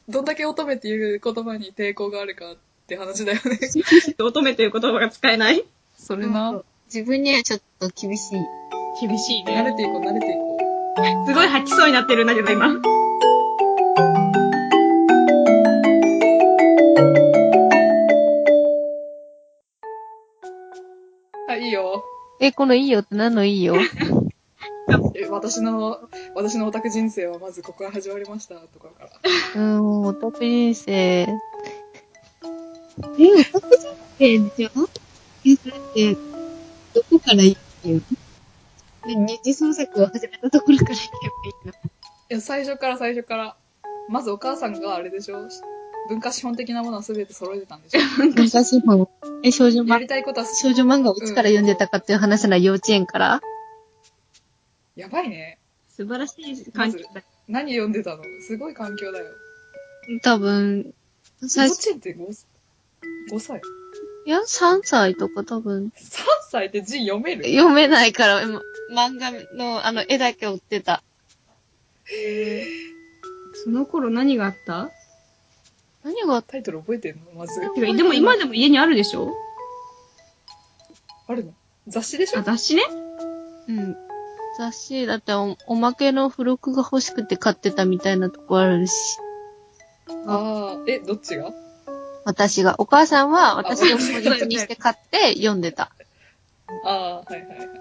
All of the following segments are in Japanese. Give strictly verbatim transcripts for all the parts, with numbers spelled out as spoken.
どんだけ乙女っていう言葉に抵抗があるかって話だよね。 乙女という言葉が使えない？ それな。 自分にはちょっと厳しい。 厳しいね。 慣れていこう、慣れていこう。すごい吐きそうになってるんだけど、今。 あ、いいよ。 え、このいいよって何のいいよえ私の、私のオタク人生はまずここから始まりました、とかから。 うーん、オタク人生。え、オタク人生でしょ？え、それって、どこから行くの？二次創作を始めたところから行けばいいの？ いや、最初から最初から。まずお母さんがあれでしょ？文化資本的なものは全て揃えてたんでしょ？ 文化資本。え、少女漫画。 やりたいことは、 少女漫画をいつから読んでたかっていう話なら幼稚園から？ やばいね。 素晴らしい環境だ。 まず、何読んでたの？すごい環境だよ。 多分、 幼稚園って 5, 5歳いや、さんさいとか多分。 さんさいって字読める？ 読めないから、漫画のあの絵だけ追ってた。 へぇ。その頃何があった？ 何がタイトル覚えてんのまず。 てか、でも今でも家にあるでしょ？ あるの？雑誌でしょ？ あ、雑誌ね。 うん。雑誌だってお、おまけの付録が欲しくて買ってたみたいなとこあるし。 ああ、え、どっちが？ 私が。お母さんは私を文字にして買って読んでた。 ああ、はいはいはい。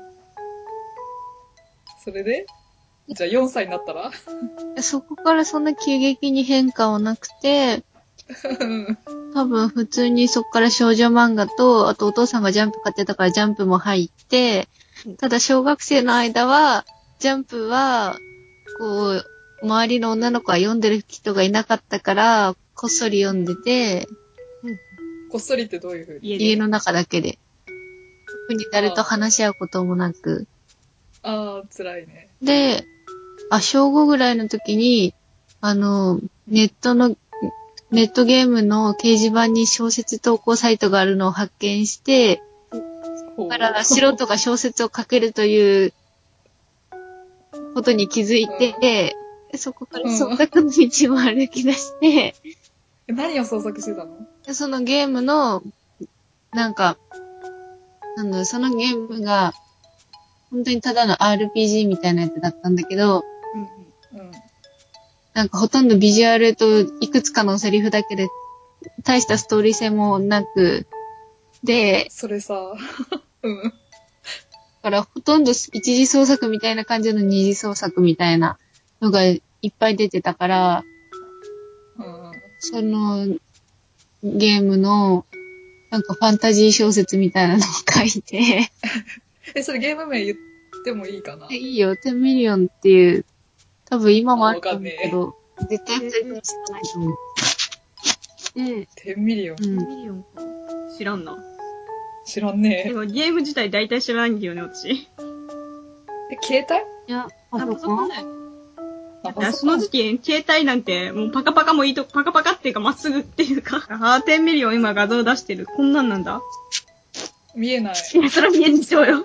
それでじゃあよんさいになったらそこからそんな急激に変化はなくて、多分普通にそこから少女漫画と、あとお父さんがジャンプ買ってたからジャンプも入って、ただ小学生の間は、ジャンプは、こう、周りの女の子は読んでる人がいなかったから、こっそり読んでて、 こっそりってどういう風に？ 家の中だけで。特に誰と話し合うこともなく。 ああ、辛いね。 で、あ、小ごぐらいの時に、あの、ネットの、ネットゲームの掲示板に小説投稿サイトがあるのを発見して、だから素人が小説を書けるということに気づいて、うん、そこから創作の道を歩き出して、 うん、何を創作してたの？ そのゲームの、なんか、なんだ、そのゲームが、本当にただの アールピージー みたいなやつだったんだけど、うんうん、なんかほとんどビジュアルといくつかのセリフだけで、大したストーリー性もなく、で、 それさ、うん。だからほとんど一次創作みたいな感じの二次創作みたいなのがいっぱい出てたから、うん、そのゲームのなんかファンタジー小説みたいなのを書いてえ、それゲーム名言ってもいいかな？ いいよ、テンミリオンっていう、多分今もあると思うけど、絶対二人とも知らないと思う。 で、テンミリオン。 テンミリオンか。知らんな。 知らんねえ。 でもゲーム自体大体知らないんだよね、私。 え、携帯？ いや、 パソコンだよ。 あ、 その時期、携帯なんて、もうパカパカもいいと、パカパカっていうかまっすぐっていうか、あー、テンミリオン今画像出してる。こんなんなんだ？ 見えない。 いや、それは見えんでしょうよ。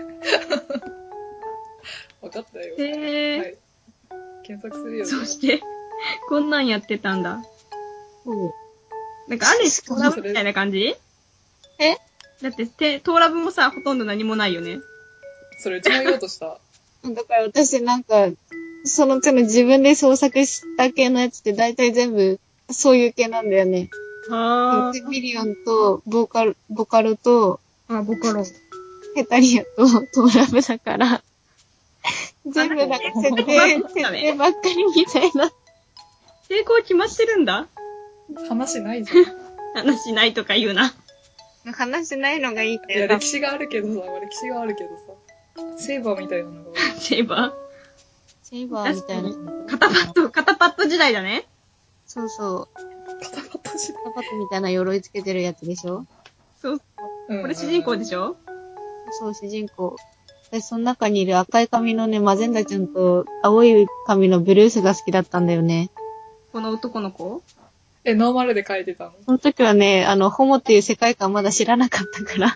わかったよ。 へー。はい。 検索するよ。 そして、こんなんやってたんだ。 そう。 なんか、アレストラブみたいな感じ？ え？ だって、て、トーラブもさ、ほとんど何もないよね。 それうちも言おうとした。 だから私なんか、その手の自分で創作した系のやつって大体全部そういう系なんだよね。 はー。ミリオンとボーカル、ボカロと、 あ、ボカロ。 ヘタリアとトーラブだから、全部なんか設定、設定ばっかりみたいな。 成功決まってるんだ？ 話ないじゃん。 話ないとか言うな。 話ないのがいいって。 いや、歴史があるけどさ、歴史があるけどさ。セイバーみたいなのが。 セイバー？ セイバーみたいな。 肩パッド、肩パッド時代だね。 そうそう。 肩パッド時代。 肩パッドみたいな鎧つけてるやつでしょ？ そう。これ主人公でしょ？ そう、主人公。で、その中にいる赤い髪のね、マゼンダちゃんと青い髪のブルースが好きだったんだよね。 この男の子？ え、ノーマルで書いてたの？ その時はね、あの、ホモっていう世界観まだ知らなかったから。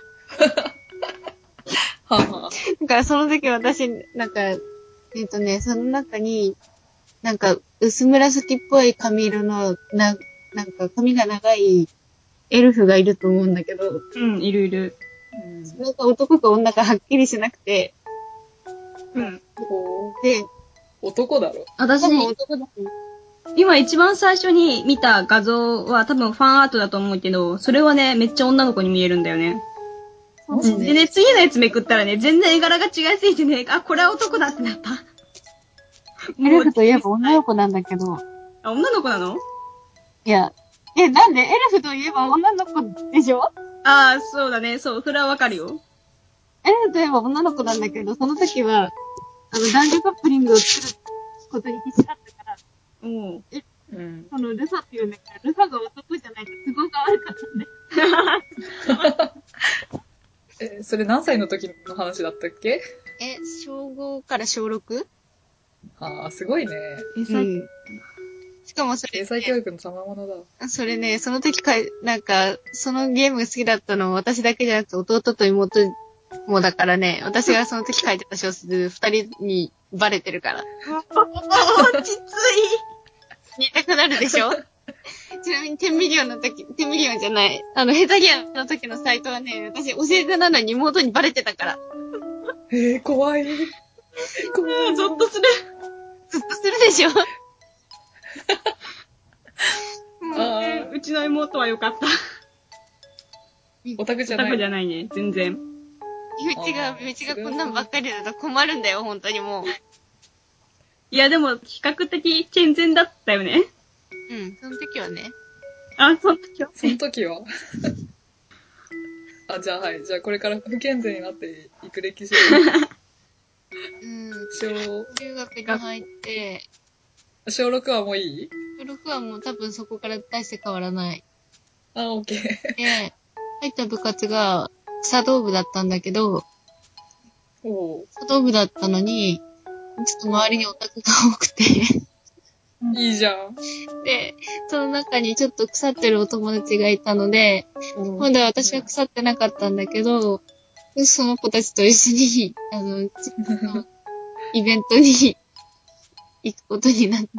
はぁはぁ。 だからその時私、なんか、えっとね、その中に、 なんか薄紫っぽい髪色の、な、なんか髪が長いエルフがいると思うんだけど、 うん、いるいる。 なんか男か女かはっきりしなくて、 うん。 こで、 う男だろ。 私多、分男だと思う。 今一番最初に見た画像は多分ファンアートだと思うけど、それはね、めっちゃ女の子に見えるんだよね。 マジでね、次のやつめくったらね、全然絵柄が違いすぎてね、あ、これは男だってなった。 エルフといえば女の子なんだけど、 あ、女の子なの？ いや、え、なんでエルフといえば女の子でしょ？ ああ、そうだね、そう、それはわかるよ。 エルフといえば女の子なんだけど、その時は、あの、男女カップリングを作ることに必死だったから、 うん。 うん。 そのルサっていうんだから、ルサが男じゃないと都合が悪かったんで。 え、それ何歳の時の話だったっけ？ え、小ごから小 ろく？ ああ、すごいね。 え、 う最ん。しかもそれ、 英才教育の賜物だ。 それね、その時かい、なんか、そのゲームが好きだったのは私だけじゃなくて弟と妹もだからね、私がその時書いてた小説二人にバレてるから。 おー、きつい。 言いたくなるでしょ？ちなみにテンミリオンの時、テンミリオンじゃない。あの、ヘタギアの時のサイトはね、私教えてなのに妹にバレてたから。 えー、怖い。怖い。 ゾッとする。 ずっとするでしょ？ あううちの妹はよかった。 ー、オタクじオタゃない。 クじゃないね、全然。 身内が、身内がこんなんばっかりだと困るんだよ、本当にもう。 いや、でも、比較的健全だったよね。 うん、その時はね。 あ、その時は。 その時はあ、じゃあはい。じゃあこれから不健全になっていく歴史を。 うん、 小、 中学に入って、 小ろくはもういい？ 小ろくはもう多分そこから大して変わらない。 あ、オッケー。 で、入った部活が茶道部だったんだけど、 おう、 茶道部だったのに、ちょっと周りにオタクが多くて、 いいじゃん。 で、その中にちょっと腐ってるお友達がいたので、まだ私は腐ってなかったんだけど、その子たちと一緒に、あの、自分のイベントに行くことになって、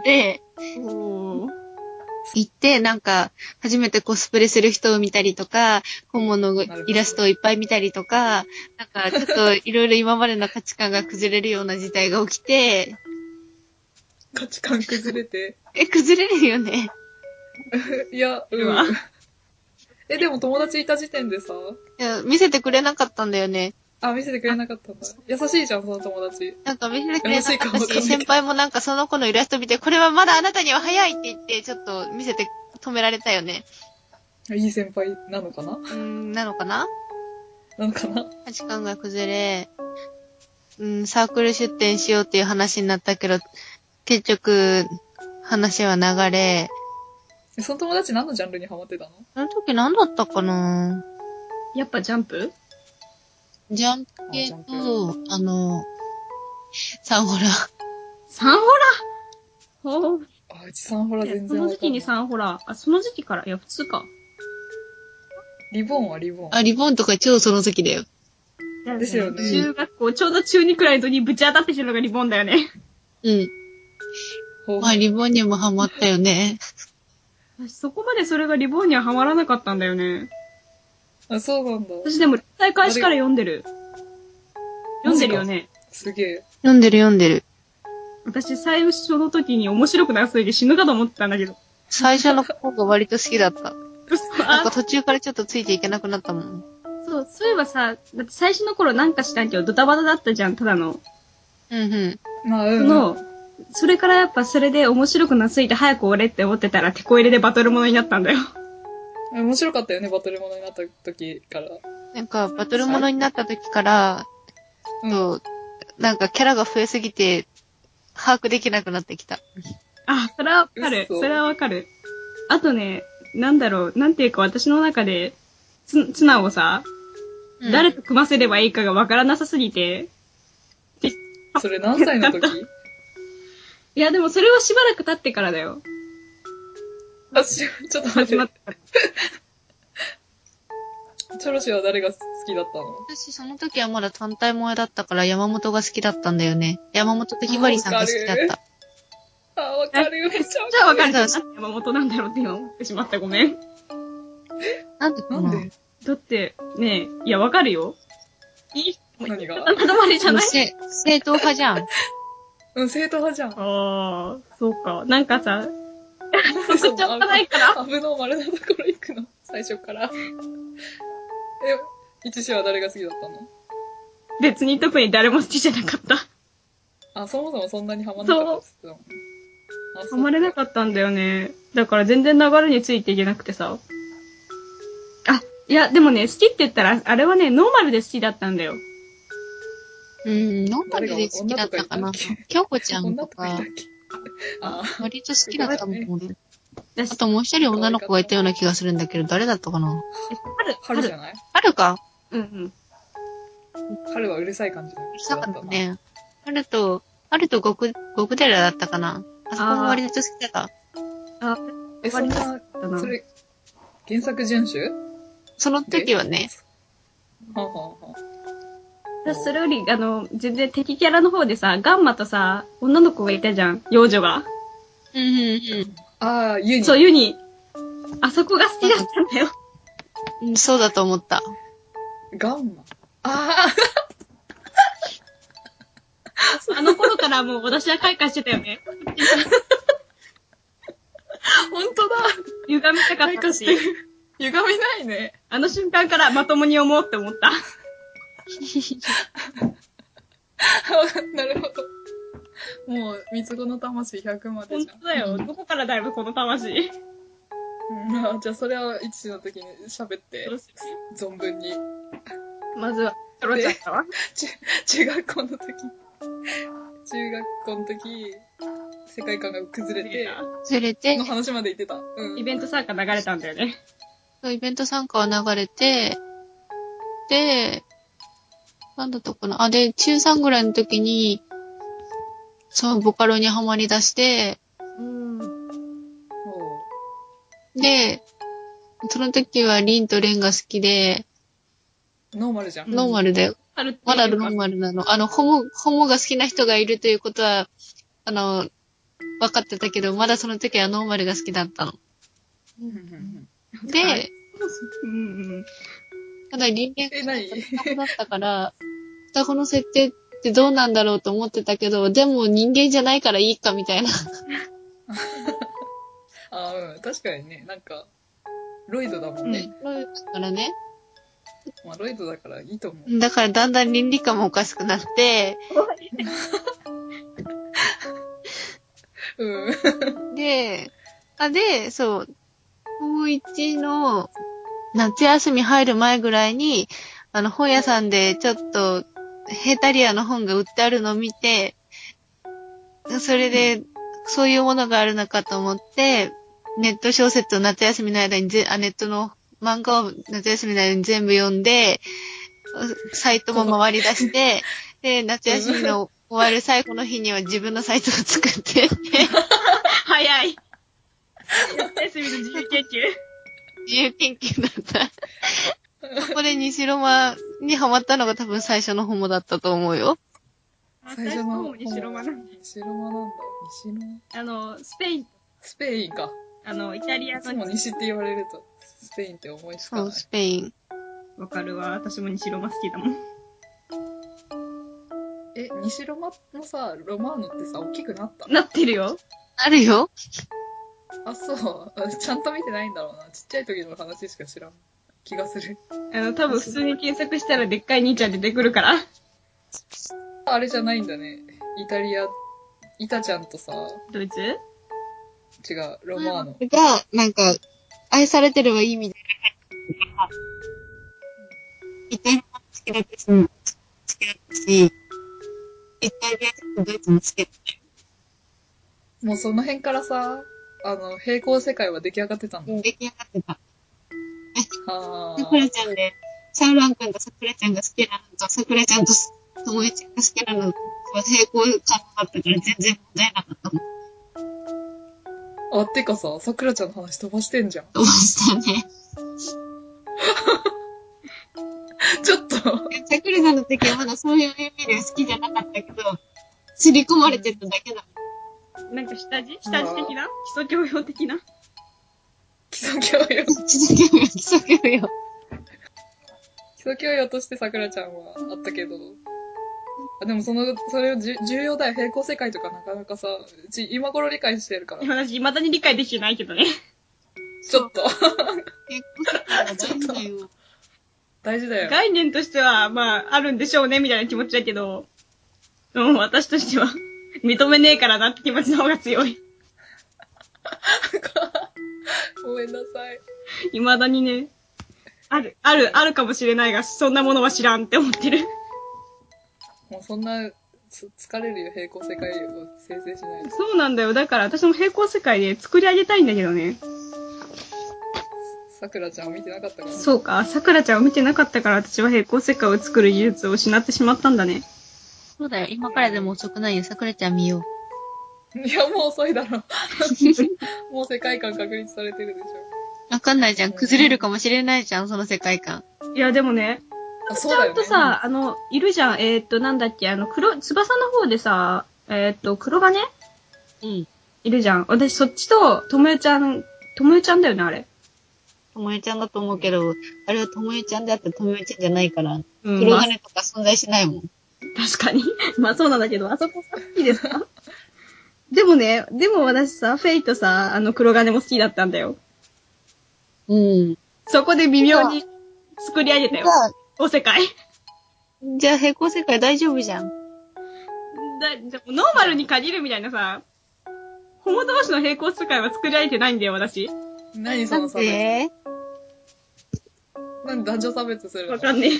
おー。 行って、なんか、初めてコスプレする人を見たりとか、本物のイラストをいっぱい見たりとか、なんか、ちょっといろいろ今までの価値観が崩れるような事態が起きて、 価値観崩れて。 え、崩れるよね。 いや、うるわん。え、でも友達いた時点でさ、 いや、見せてくれなかったんだよね。 あ、見せてくれなかったんだ。優しいじゃん、その友達。 なんか見せてくれなかっ優しいかたし、 もわかんないけど先輩もなんかその子のイラスト見て、これはまだあなたには早いって言って、ちょっと見せて止められたよね。 いい先輩なのかなうーん、なのかな？ なのかな価値観が崩れ、うん、サークル出展しようっていう話になったけど、結局、話は流れ、 えその友達何のジャンルにハマってたの？ その時何だったかな？ やっぱジャンプ？ ジャンプ系と、あの、サンホラ。 サンホラほー。 あ、うちさんほら全その時期に然わかんない。 サンホラ。あ、その時期から。いや、普通か。 リボンはリボン。 あ、リボンとか超その時だよ。 ですよね中学校、ちょうど中にくらいの時にぶち当たってきたのがリボンだよね。 うん。 ほうまあ、リボンにもハマったよね。 私そこまでそれがリボンにはハマらなかったんだよね。 あ、そうなんだ。 私でも、大会しから読んでる。読んでるよね。 すげえ。 読んでる読んでる。 私最初の時に面白くなさすぎて死ぬかと思ってたんだけど。 最初の方が割と好きだった。なんかあ、 途中からちょっとついていけなくなったもん。 そう、そういえばさ、だって最初の頃なんかしたんけどドタバタだったじゃん、ただの。 うんうん。 まあ、うん。 その、それからやっぱそれで面白くなすぎて早く終われって思ってたらテこ入れでバトルものになったんだよ。 面白かったよね、バトルものになった時から。 なんか、バトルものになった時から、 うん。 と、なんかキャラが増えすぎて、把握できなくなってきた。 あ、それはわかる。 嘘それはわかる。あとね、なんだろう、なんていうか私の中で、つ、ツナをさ、 うん誰と組ませればいいかがわからなさすぎて。 それ何歳の時？ いや、でもそれはしばらく経ってからだよ。 あ、し、ちょっと待っ。 始まっててから。 チョロシは誰が好きだったの？ 私、その時はまだ単体萌えだったから山本が好きだったんだよね。山本とひばりさんが好きだった。 あ、 かるよ、めっちゃじゃあわかるじゃん。 そなんで山本なんだろうって今思ってしまった。ごめん。 なんでかな。 なんでだって、ねえ、いや、わかるよ。いい何が塊じゃないせ正統派じゃん。 うん、正統派じゃん。 ああ、そうか。なんかさ、 そう特徴がないから。 アブノーマルなところ行くの、最初から。え、一子は誰が好きだったの？ 別に特に誰も好きじゃなかった。 あ、そもそもそんなにハマんなかったっつってたもん。あ、 ハマれなかったんだよね。だから全然流れについていけなくてさ。あ、いや、でもね、好きって言ったら、あれはね、ノーマルで好きだったんだよ。 うん、ノーマルで好きだったかな。 誰が女とかいたっけ京子ちゃん女とかとかいたっ、け？あ割と好きだったもんね。 だしあともう一人女の子がいたような気がするんだけど、誰だったかな。 え春、 春じゃない？ 春か。 うんうん。 春はうるさい感じのうるさかったね。春と、春と極、極寺だったかな。あそこも割と好きだった。 あ、 え、そんな、 だなそれ、原作遵守？ その時はね。 はあ、はあはあ、 私それより、あの、全然敵キャラの方でさ、ガンマとさ、女の子がいたじゃん、幼女が。 うんうんああ、ユニ。 そう、ユニ。あそこが好きだったんだよ。 うん。うん、そうだと思った。 ガンマ。あああの頃からもう私は開花してたよね。 ほんとだ。 歪みたかったし。 歪みないね。 あの瞬間からまともに思おうって思った。 なるほど。もう、三つ子の魂ひゃくまでほんじゃん。 とだよ。どこからだよ、この魂。 うん、あじゃあそれを一時の時に喋って、存分に。 まずは、トロちゃんだわ。 中、中学校の時、中学校の時、世界観が崩れて、 ずれての、話まで言ってた。うん。 イベント参加流れたんだよね。 イベント参加は流れて、で、なんだったかな。あ、で、中さんぐらいの時に、そのボカロにハマり出して、 うん。 で、その時はリンとレンが好きで、 ノーマルじゃん。 ノーマルだよ。 春ってまだノいうかーマルなの。あの、ホモ、ホモが好きな人がいるということは、あの、分かってたけど、まだその時はノーマルが好きだったの。 うんうんうんで、 うんうん。 ただ人間え、何双子だったから、双子の設定ってどうなんだろうと思ってたけど、でも人間じゃないからいいかみたいな。 あうん、確かにね、なんか、ロイドだもんね。 だからね。 まあ、ロイドだからいいと思う。 だからだんだん倫理観もおかしくなって、 うん。 で、あ、で、そう、高一の夏休み入る前ぐらいに、あの、本屋さんでちょっと、ヘータリアの本が売ってあるのを見て、それで、そういうものがあるのかと思って、ネット小説を夏休みの間にぜ、あ、ネットの漫画を夏休みの間に全部読んで、サイトも回り出して、で、夏休みの終わる最後の日には自分のサイトを作って、 早い。夏休みの自由研究。 自由研究だった。そこで西ロマにハマったのが多分最初のホモだったと思うよ。 最初の方に白間なんだ。 西ロマなんだ。西ロマあの、スペイン、 スペインか。 あの、イタリアいつもの、 西って言われると、スペインって思いつかそう、 ない。 スペイン。 わかるわ。私も西ロマ好きだもん。 え、西ロマのさ、ロマーノってさ、大きくなったなってるよ。 あるよ。 あ、そう。あちゃんと見てないんだろうな。ちっちゃい時の話しか知らん気がする。 あの、多分普通に検索したらでっかい兄ちゃん出てくるから。 あれじゃないんだね。イタリア、イタちゃんとさ、 ドイツ違う、ロマーノ。 が、なんか、愛されてればいいみたいな。イタリアも好きだったし、好きだったし、イタリアとドイツも好きだった。 もうその辺からさ、あの、平行世界は出来上がってたんだ。 出来上がってた。 はさくらぁ。 ちゃんで、シャオラン君がさくらちゃんが好きなのと、さくらちゃんとともえちゃんが好きなのと、平行感だったから全然問題なかったもん。 あ、てかさ、さくらちゃんの話飛ばしてんじゃん。 どうしたね。 ちょっと。 さくらさんの時はまだそういう意味では好きじゃなかったけど、刷り込まれてただけだなんか下地下地的な基礎教養的な基礎教養。 基礎教養、基礎教養。 基礎教養として桜ちゃんはあったけど。あでもその、それをじゅ重要だよ。平行世界とかなかなかさ、うち今頃理解してるから。 私、未だに理解できてないけどね。 ちょっと。 平行世界は大事だよ。 大事だよ。 概念としては、まあ、あるんでしょうね、みたいな気持ちだけど、うん、私としては、認めねえからなって気持ちの方が強い。 ごめんなさい。 未だにね、ある、ある、あるかもしれないが、そんなものは知らんって思ってる。 もうそんな、つ疲れるよ、平行世界を生成しないと。 そうなんだよ。だから私も平行世界で作り上げたいんだけどね。 さくらちゃんを見てなかったから。 そうか、さくらちゃんを見てなかったから私は平行世界を作る技術を失ってしまったんだね。 そうだよ。今からでも遅くないよ。さくらちゃん見よう。 いや、もう遅いだろ。もう世界観確立されてるでしょ。 わかんないじゃん。崩れるかもしれないじゃん、その世界観。 いや、でもね、 あ、 ちそうだよね。 ゃんとさ、あの、いるじゃん。えーっと、なんだっけ、あの、黒、翼の方でさ、えーっと、黒羽うん。 いるじゃん。私そっちと、ともよちゃん、ともよちゃんだよね、あれ。 ともえちゃんだと思うけど、あれはともえちゃんであってともえちゃんじゃないから、 うん黒羽とか存在しないもん。 確かに。まあそうなんだけど、あそこさ、好きですかでもね、でも私さ、フェイとさ、あの黒金も好きだったんだよ。 うん。 そこで微妙に作り上げたよ。お世界。 じゃあ平行世界大丈夫じゃん。 だ、じゃノーマルに限るみたいなさ、ホモ同士の平行世界は作り上げてないんだよ、私。 何そなんの差別。 で何男女差別するのわかんね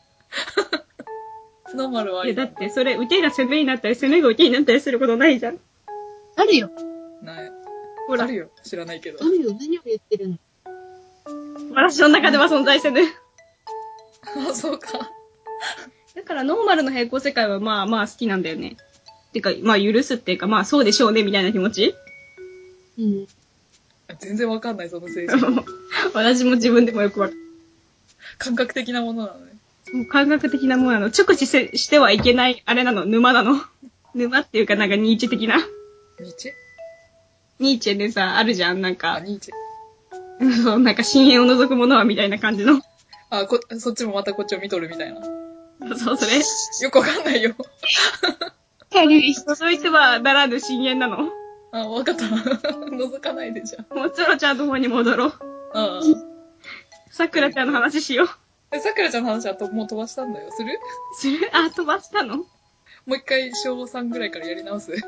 ノーマルはあえ。いや、 りなんだってそれ、受けが攻めになったり、攻めが受けになったりすることないじゃん。 あるよ。 ない。 ほらある、よ。知らないけどあ。るよ。何を言ってるの私の中では存在せぬ。 あ、そうか。 だからノーマルの平行世界はまあまあ好きなんだよね。てか、まあ許すっていうか、まあそうでしょうね、みたいな気持ちうん。 全然わかんない、その政治。 私も自分でもよくわかる。 感覚的なものなのね。 もう感覚的なものなの。直視せしてはいけない、あれなの、沼なの。沼っていうかなんかニーチェ的な。 ニーチェニーチェでさ、あるじゃん、なんあ、 か。 ニーチェ。 そう、なんか深淵を覗くものはみたいな感じの。 あ、こ、そっちもまたこっちを見とるみたいな。 そう、それ。 よくわかんないよ。 軽い。 覗いてはならぬ深淵なの。 あ、わかった。覗かないでじゃん。 もうゾロちゃんの方に戻ろう。 ああ。 さくらちゃんの話しよう。 え、さくらちゃんの話はともう飛ばしたんだよ。するするあ、飛ばしたのもう一回、小さんぐらいからやり直す。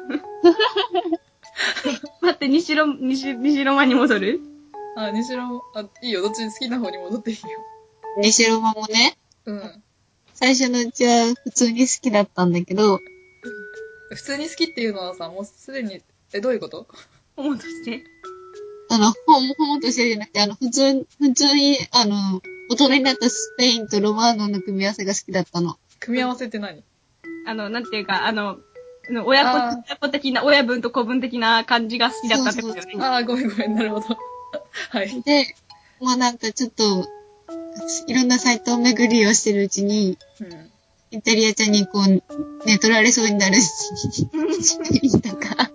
待って、西ロ、西、西ロマに戻るあ、西野、あ、いいよ。どっち好きな方に戻っていいよ。 西ロマもね、 うん。 最初のうちは普通に好きだったんだけど、 普通に好きっていうのはさ、もうすでに、え、どういうこと思うとして。 あの、ホモ、ホモとしてじゃなくて、あの、普通、普通に、あの、大人になったスペインとロマーノの組み合わせが好きだったの。 組み合わせって何あの、なんていうか、あの、あの親子、 あー親子的な、親分と子分的な感じが好きだったってことだよね。 そうああ、ごめんごめん。なるほど。はい。 で、まあなんかちょっと、いろんなサイトを巡りをしてるうちに、 うん。 イタリアちゃんにこう、ね、取られそうになるし、スペインとか、あと、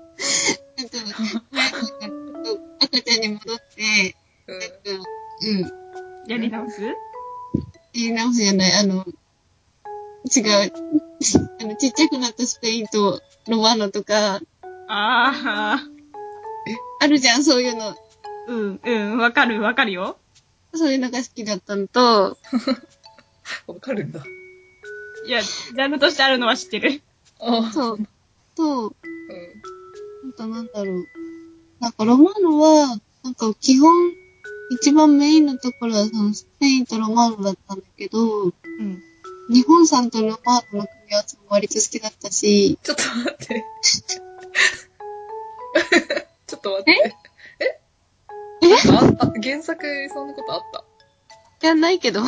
親子が赤ちゃんに戻って、 うん。 うん、 やり直す言い直すじゃない、あの、違う、あの、ちっちゃくなったスペインとロマーノとか、 ああ、 あるじゃん、そういうの。 うん、うん、わかる、わかるよ。 そういうのが好きだったのと、 わかるんだ。 いや、ジャンルとしてあるのは知ってる。 ああ。 そう、と、 うん。 あとなんだろう。なんかロマーノは、なんか基本、一番メインのところはそのスペインとロマーノだったんだけど、 うん。 日本産とロマーノの組み合わせも割と好きだったし、 ちょっと待って。ちょっと待って。ええなんかあ、あ、原作にそんなことあったじゃないけど。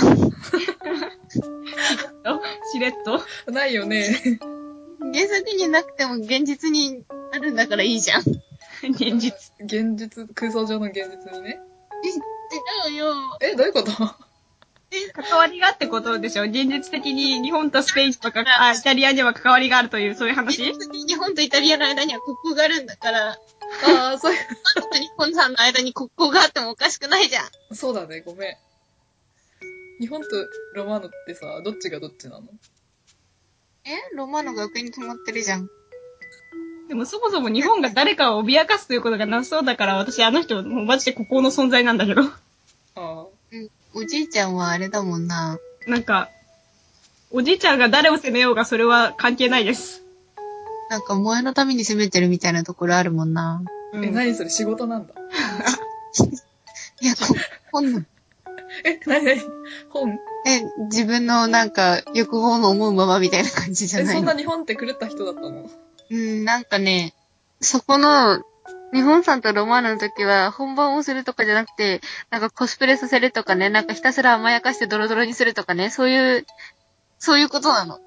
しれっと。 ないよね。 原作になくても現実にあるんだからいいじゃん。 現実。 現実、空想上の現実にね。 え、違うよ。 え、どういうこと関わりがってことでしょ？現実的に日本とスペインとか、あ、イタリアには関わりがあるという、そういう話？ 日本とイタリアの間には国交があるんだから、 ああ、そういう。 日本さんの間に国交があってもおかしくないじゃん。 そうだね、ごめん。日本とロマーノってさ、どっちがどっちなの？ え？ロマーノが上に決まってるじゃん。 でもそもそも日本が誰かを脅かすということがなさそうだから、私あの人、もうマジで孤高の存在なんだけど。ああ。 うん。おじいちゃんはあれだもんな。 なんか、おじいちゃんが誰を責めようがそれは関係ないです。 なんか萌えのために責めてるみたいなところあるもんな。 うん、 え、何それ仕事なんだ。 いや、こ本の。 え、何何本え、自分のなんか欲望の思うままみたいな感じじゃえ、 ないの？ そんな日本って狂った人だったの？ うん、なんかね、そこの、日本さんとロマーナの時は、本番をするとかじゃなくて、なんかコスプレさせるとかね、なんかひたすら甘やかしてドロドロにするとかね、そういう、そういうことなの。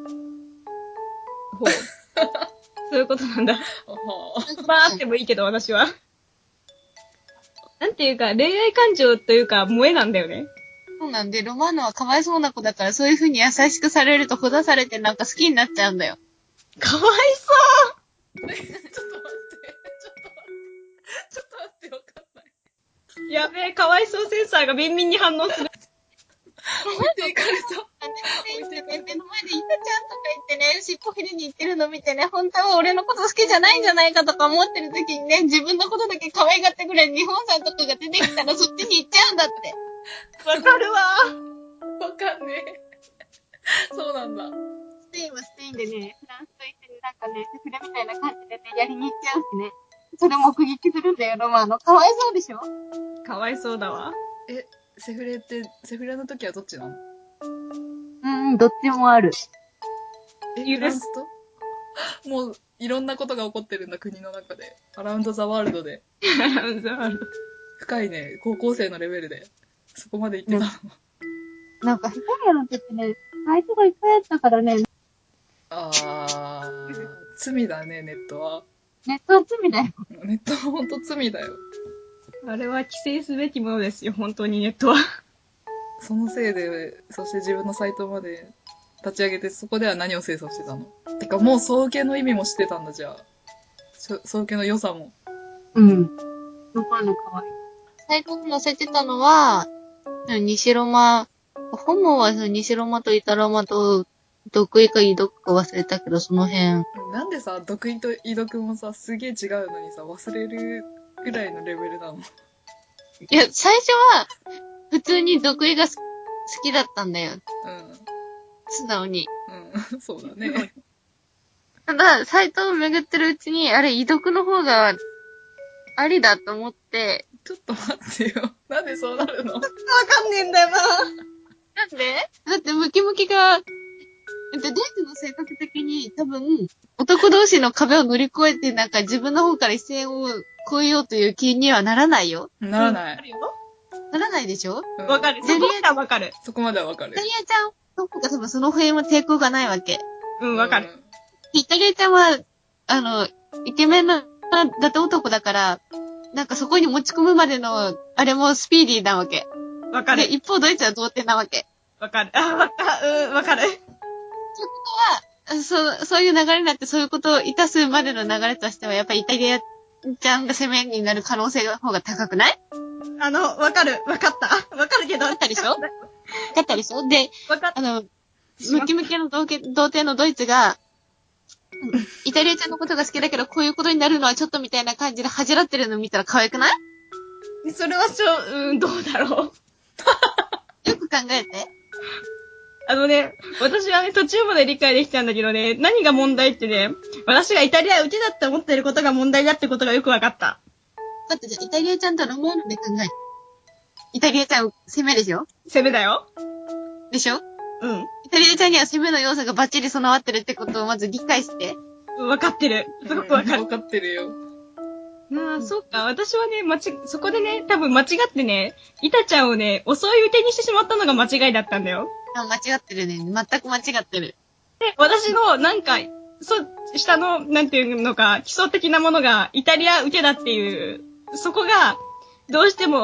ほう。そういうことなんだ。まああってもいいけど、私は。なんていうか、恋愛感情というか、萌えなんだよね。 そうなんで、ロマーナはかわいそうな子だから、そういう風に優しくされるとほだされてなんか好きになっちゃうんだよ。 かわいちょっと待って。ちょっと待って。ちょっと待って、わかんない。 そうやべえ、かわいそうセンサーがビンビンに反応する。 置いていかれた。 置いていかれた。目の前でイタちゃんとか言ってね、尻尾振りに行ってるの見てね、本当は俺のこと好きじゃないんじゃないかとか思ってる時にね、自分のことだけ可愛がってくれる日本さんとかが出てきたらそっちに行っちゃうんだって。 わかるわわかんねえ。そうなんだ。 スペインはスペインでね、フランスと一緒になんかね、セフレみたいな感じでね、やりに行っちゃうしね。それ目撃するんだよ、ロマーノ。かわいそうでしょ？ かわいそうだわ。 え、セフレって、セフレの時はどっちなの？ うん、どっちもある。 え、フランスと？もう、いろんなことが起こってるんだ、国の中で。アラウンドザワールドで。 アラウンドザワールド。 深いね、高校生のレベルで。そこまで行ってたの。 なんか、ヘタリアの時ね、サイトがいっぱいあったからね。 あー、罪だね、ネットは。 ネットは罪だよ。 ネットはほんと罪だよ。 あれは規制すべきものですよ、本当にネットは。 そのせいで、そして自分のサイトまで立ち上げて、そこでは何を清掃してたの？てか、もう総受けの意味も知ってたんだ、じゃあ。総受けの良さも。 うん。ロマーノかわいい。サイトに載せてたのは、西ロマ、ホモは西ロマとイタロマと、毒意か異毒か忘れたけど、その辺。 なんでさ、毒意と異毒もさ、すげえ違うのにさ、忘れるぐらいのレベルなの？ いや、最初は、普通に毒意が好きだったんだよ。 うん。 素直に。 うん、そうだね。 ただ、サイトを巡ってるうちに、あれ、異毒の方が、ありだと思って、 ちょっと待ってよ。なんでそうなるの？ わかんねえんだよな。 なんで？だってムキムキが、だってドイツの性格的に多分、男同士の壁を乗り越えてなんか自分の方から一線を越えようという気にはならないよ。 ならない。 ならないでしょ？ わ、うん、かる。そこまではわかる。 そこまではわかる。 イタリアちゃんの方が多分その辺は抵抗がないわけ。 うん、わかる。 イタリアちゃんは、あの、イケメンな、だって男だから、なんかそこに持ち込むまでの、あれもスピーディーなわけ。 わかる。 で、一方ドイツは童貞なわけ。 わかる。あ、わか、うん、わかる。 そういうことは、そう、そういう流れになってそういうことをいたすまでの流れとしては、やっぱりイタリアちゃんが攻めになる可能性の方が高くない？ あの、わかる。わかった。わかるけど。 わかったでしょ？わかったでしょ？で、 わかった。 あの、ムキムキの童貞のドイツが、イタリアちゃんのことが好きだけど、こういうことになるのはちょっとみたいな感じで恥じらってるの見たら可愛くない？ それはちょ、うん、どうだろう。 よく考えて。 あのね、私はね、途中まで理解できたんだけどね、何が問題ってね、私がイタリアうちだって思ってることが問題だってことがよくわかった。 だってじゃあ、イタリアちゃんとロマーノで考えて。イタリアちゃん攻めでしょ？ 攻めだよ。 でしょ？ うん。 イタリアちゃんには攻めの要素がバッチリ備わってるってことをまず理解して。 わかってる。すごくわかる。 わかってるよ。 ああ、そっか。私はね、間ち、そこでね、多分間違ってね、イタちゃんをね、遅い受けにしてしまったのが間違いだったんだよ。 あ、間違ってるね。全く間違ってる。 で、私の、なんか、そ、下の、なんていうのか、基礎的なものがイタリア受けだっていう、そこが、どうしても、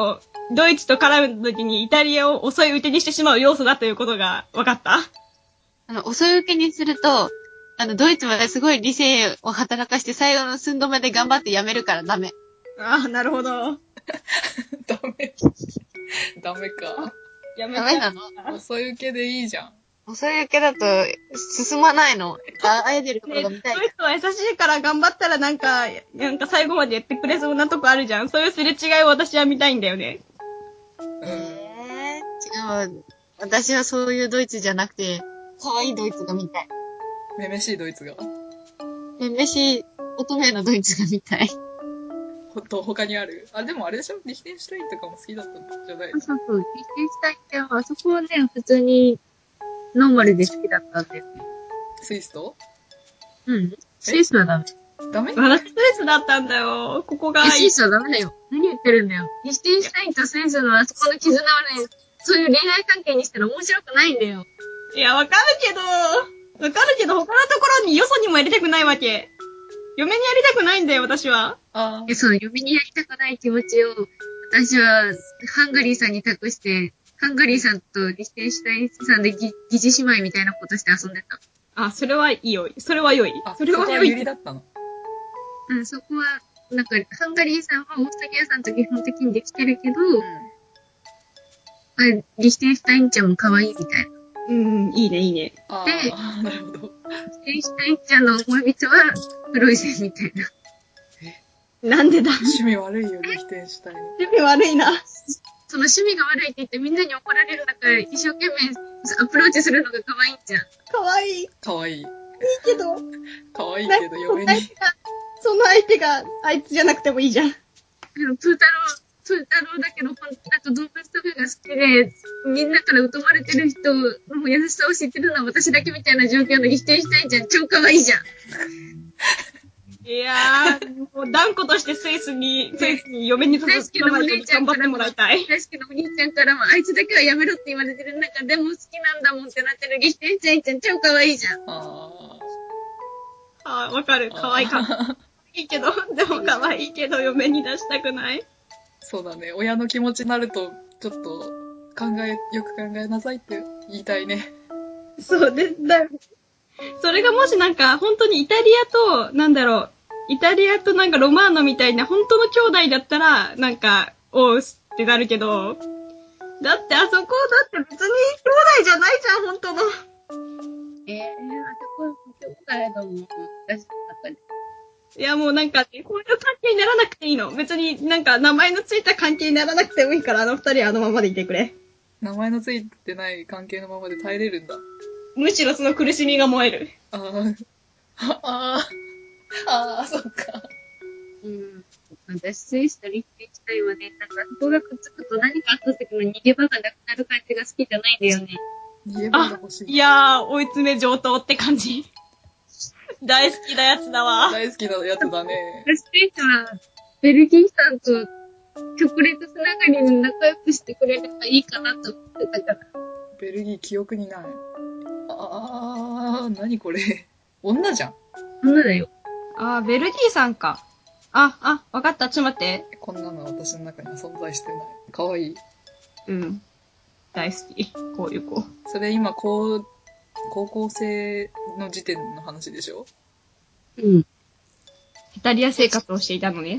ドイツと絡むときにイタリアを遅い受けにしてしまう要素だということが分かった。 あの、遅い受けにすると、あの、ドイツまですごい理性を働かして最後の寸止めで頑張ってやめるからダメ。 ああ、なるほど。 ダメ。ダメか。 やめダメなの？ 遅い受けでいいじゃん。 遅い受けだと進まないの。あ、あえてるところが見たい。 ドイツは優しいから頑張ったらなんか、なんか最後までやってくれそうなとこあるじゃん。そういうすれ違いを私は見たいんだよね。 えー、違う。私はそういうドイツじゃなくて、可愛いドイツが見たい。 めめしいドイツが。 めめしい乙女のドイツが見たい。 ほと、他にある？あ、でもあれでしょ？リヒテンシュタインとかも好きだったんじゃないの？ そうそう。リヒテンシュタインってあそこはね、普通にノーマルで好きだったんです。 スイスと？ うん。スイスはダメ。 ダメ？ 私スイスだったんだよ。ここがいい。 スイスはダメだよ。何言ってるんだよ。リヒテンシュタインとスイスのあそこの絆はね、そういう恋愛関係にしたら面白くないんだよ。 いや、わかるけど、わかるけど他のところによそにもやりたくないわけ。嫁にやりたくないんだよ、私は。 あえ、そう、嫁にやりたくない気持ちを、私はハンガリーさんに託して、ハンガリーさんとリヒテンシュタインさんで疑似姉妹みたいなことして遊んでた。 あ、それはいいよ。それは良い。 あ、 それは良そこはいユリだったの。 うん、そこは、なんか、ハンガリーさんは大崎屋さんと基本的にできてるけど、 うん。 あ、リヒテンシュタインちゃんも可愛いみたいな。 うん、いいね、いいね。 あであ、なるほど。 リヒテンシュタインちゃんの思い人は、フロイゼンみたいな。 なんでだ。 趣味悪いよ、リヒテンシュタイン。 趣味悪いな。 その趣味が悪いって言ってみんなに怒られる中、一生懸命アプローチするのが可愛いんじゃん。 かわいい。いいかわいい。 けど、 かわいいけど、嫁に。 その相手が、あいつじゃなくてもいいじゃん。 あの、プータロー、プータローだけど、ほんなんか動物とかが好きで、みんなから疎まれてる人の優しさを知ってるのは私だけみたいな状況のリヒテンシュタインちゃん、超可愛いじゃん。 いやー、もう断固としてスイスに、スイスに嫁に大好きなお姉ちゃんからも、 頑張ってもらいたい。 大好きなお兄ちゃんからも、あいつだけはやめろって言われてる中でも好きなんだもんってなってるリヒテンシュタインちゃん、超可愛いじゃん。 ああー、わかる。 あ。 可愛いかった。いいけど、でも可愛いけど嫁に出したくない。 そうだね。親の気持ちになると、ちょっと、考え、よく考えなさいって言いたいね。 そうで、だ、それがもしなんか、本当にイタリアと、なんだろう、イタリアとなんかロマーノみたいな本当の兄弟だったら、なんか、おうってなるけど、だってあそこだって別に兄弟じゃないじゃん、本当の。 えー、あそこは兄弟だもん、私の中で。 いやもうなんか、こういう関係にならなくていいの。別になんか名前のついた関係にならなくてもいいから、あの二人はあのままでいてくれ。 名前のついてない関係のままで耐えれるんだ。 むしろその苦しみが燃える。 ああ。ああ。ああ、そっか。 うん。私、スイスとリヒテンシュタインはね、なんか、そこがくっつくと何かあった時の逃げ場がなくなる感じが好きじゃないんだよね。 逃げ場があ欲し、い。 いやー、追い詰め上等って感じ。大好きなやつだわ。 大好きなやつだね。 私、スイスは、ベルギーさんと直列つながりに仲良くしてくれればいいかなと思ってたから。 ベルギー記憶にない。ああ、なにこれ。女じゃん。 女だよ。 あー、ベルギーさんか。あ、あ、わかった。ちょっと待って。 こんなの私の中には存在してない。かわいい。 うん。大好き。こういう子。 それ今、こう、高校生の時点の話でしょ？ うん。 イタリア生活をしていたのね。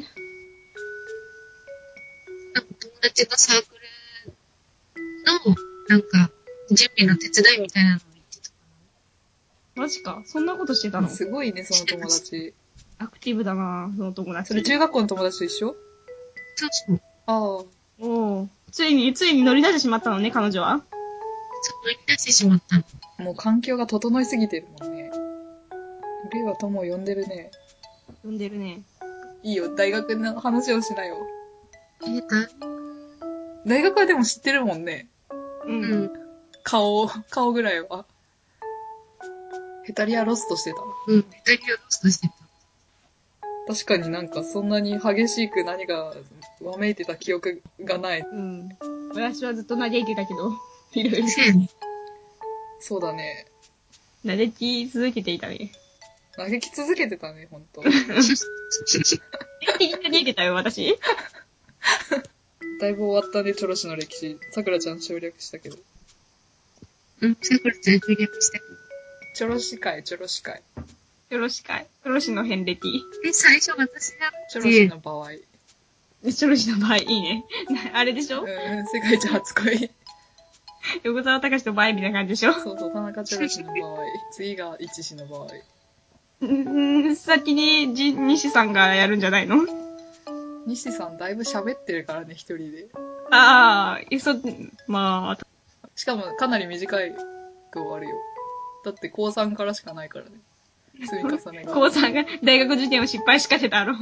なんか友達のサークルの、なんか、準備の手伝いみたいなのを言ってたかマジか。そんなことしてたの？ すごいね、その友達。 アクティブだなその友達。 それ中学校の友達と一緒？ な。そうそう。 ああ。 おー。ついに、ついに乗り出してしまったのね、彼女は。 そう言い出してしまったの。 もう環境が整いすぎてるもんね。ルイは友を呼んでるね。 呼んでるね。 いいよ、大学の話をしなよ。 え、だ、 大学はでも知ってるもんね。 う。 うんん。 顔、顔ぐらいは。ヘタリアロストしてた。 うん。イタリアロストしてた。 確かになんかそんなに激しく何かわめいてた記憶がない。 うん。私はずっと嘆いてたけど、いろいろ。 せやね。 そうだね。 嘆き続けていたね。 嘆き続けてたね、ほんと。 定期的に嘆いてたよ、私。 だいぶ終わったね、チョロシの歴史。さくらちゃん省略したけど。 うん、さくらちゃん省略したけど。 チョロシ会、チョロシ会。 チョロシ会。チョロシの遍歴。 え、最初私が、 チョロシの場合。 チョロシの場合、いいね。あれでしょ、 うん、世界一初恋。 横澤隆史とバイみたいな感じでしょ。 そうそう、田中チョロシの場合。次が一子の場合。 んん先にじ西さんがやるんじゃないの？ 西さんだいぶ喋ってるからね、一人で。 ああ、いそ、まあ。 しかもかなり短い句終わるよ。だって高さんからしかないからね。積み重ねが。 高さんが大学受験を失敗しかけたろ。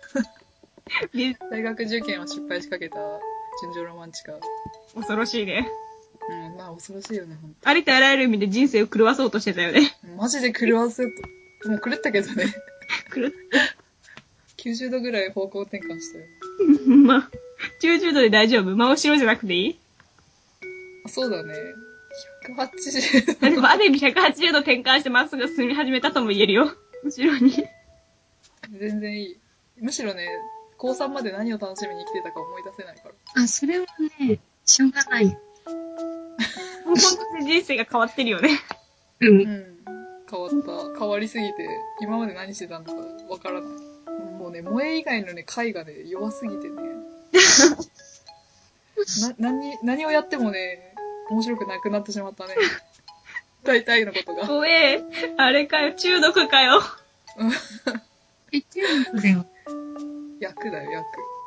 大学受験を失敗しかけた純情ロマンチカ。 恐ろしいね。 うん、まあ恐ろしいよね、ほんと。 ありとあらゆる意味で人生を狂わそうとしてたよね。 マジで狂わせようと。もう狂ったけどね。 狂っきゅうじゅうどぐらい方向転換したよ。 まあ、きゅうじゅうどで大丈夫？真後ろじゃなくていい？ あ、そうだね。ひゃくはちじゅうど。 でもある意味ひゃくはちじゅうど転換してまっすぐ進み始めたとも言えるよ。後ろに。 全然いい。むしろね、高さんまで何を楽しみに生きてたか思い出せないから。 あ、それはね、しょうがない。 もう本当に人生が変わってるよね。 う。 うんん。変わった。変わりすぎて、今まで何してたのかわからない。もうね、萌え以外のね、回がね、弱すぎてね。な、何、何をやってもね、面白くなくなってしまったね。大体のことが。 怖え。あれかよ、中毒かよ。 え、中国だよ。 役だよ、役。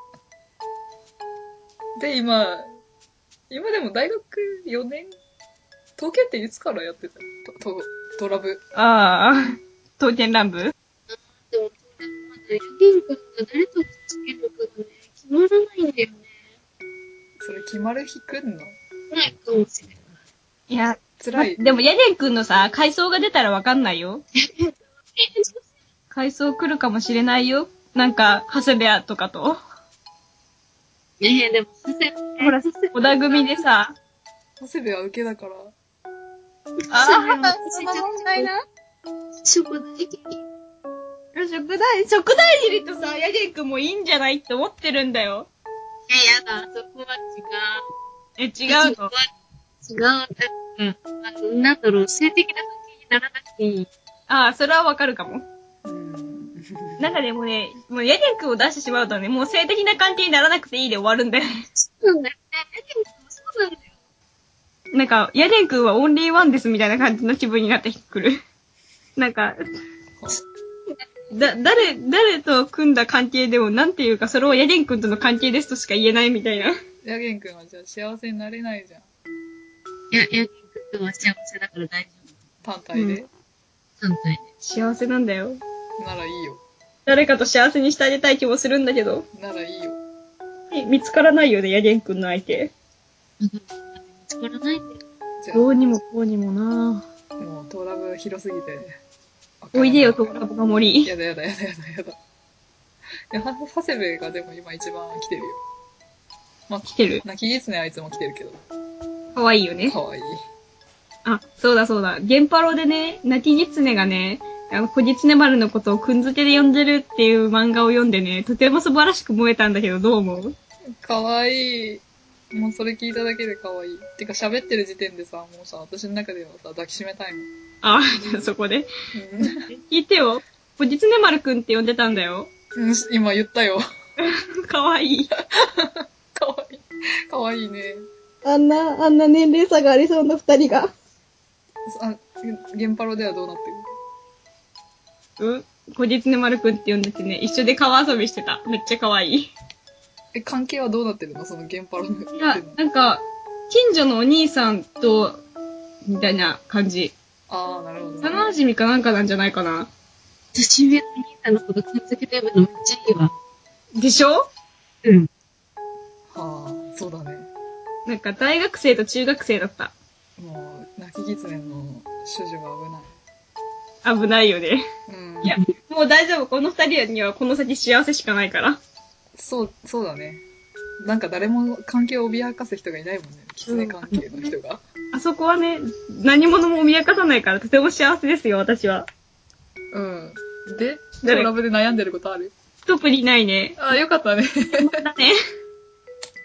で、今、今でも大学よねん統計っていつからやってたの？と、と、トラブ。 ああ、刀剣乱舞？ でも、まだ、ユリン君が誰とくっつけるかがね、決まらないんだよね。 それ決まる日来んの？ ないかもしれない。 いや、 辛い。 でも、ヤデン君のさ、回想が出たらわかんないよ。回想来るかもしれないよ。なんか、長谷部屋とかと。 ねえ、でも、させ、 ほら、小田組でさ、 長谷部は受けだから。 ああその問題な。 食大嫌い。 食大、食大尻とさ、ヤデン君もいいんじゃないって思ってるんだよ。 え、やだ、そこは違う。 え、違うの？ 違う。うん。あの、なんだろう、性的な関係にならなくていい。 ああ、それはわかるかも。 うーん。 なんかでもね、もうヤデン君を出してしまうとね、もう性的な関係にならなくていいで終わるんだよね。 そうなんだよね。そうなんだよ。 なんか、ヤデン君はオンリーワンですみたいな感じの気分になってくる。なんか、だ、誰、誰と組んだ関係でも、なんていうか、それをヤデン君との関係ですとしか言えないみたいな。 ヤゲン君はじゃあ幸せになれないじゃん。 いや、ヤギン君は幸せだから大丈単体で。 夫。単体で。 幸せなんだよ。 ならいいよ。 誰かと幸せにしてあげたい気もするんだけど、 ならいいよ。 え見つからないよね、ヤデン君の相手。 見つからないんだよ。 じゃあ、 どうにもこうにもなぁ。 もう、トーラブ広すぎて。 おいでよ、トーラブが森。 やだやだやだやだやだ。いや、は、長谷部がでも今一番来てるよ。まあ、 来てる。 泣き狐はいつも来てるけど。 かわいいよね。 かわいい。 あ、そうだそうだ。ゲンパロでね、泣き狐がね、あの、小狐丸のことをくんづけで呼んでるっていう漫画を読んでね、とても素晴らしく思えたんだけど、どう思う？ かわいい。もうそれ聞いただけでかわいい。てか喋ってる時点でさ、もうさ、私の中ではさ、抱きしめたいもん。 あ、そこで。 うん聞いてよ。小狐丸くんって呼んでたんだよ。 うん。今言ったよ。 かわいい。 かわいい。かわいいね。 あんな、あんな年齢差がありそうな二人が。 あ、ゲンパロではどうなってる？ うん小狐丸くんって呼んでてね、一緒で川遊びしてた。めっちゃかわいい。 え、関係はどうなってるの？そのゲンパロの。 いや、なんか、近所のお兄さんと、みたいな感じ。 あー、なるほど、ね。 幼馴染かなんかなんじゃないかな。 年上の兄さんのことくんづけてるのめっちゃいいわ。 でしょ？ うん。 はあ、そうだね。 なんか大学生と中学生だった。 もう、泣き狐の処女が危ない。 危ないよね。 うん。 いや、もう大丈夫。この二人にはこの先幸せしかないから。 そう、そうだね。なんか誰も関係を脅かす人がいないもんね。狐関係の人が。 あそこはね、何者も脅かさないからとても幸せですよ、私は。 うん。で、ト誰ラブで悩んでることある？ 特にないね。 あ、よかったね。 だね。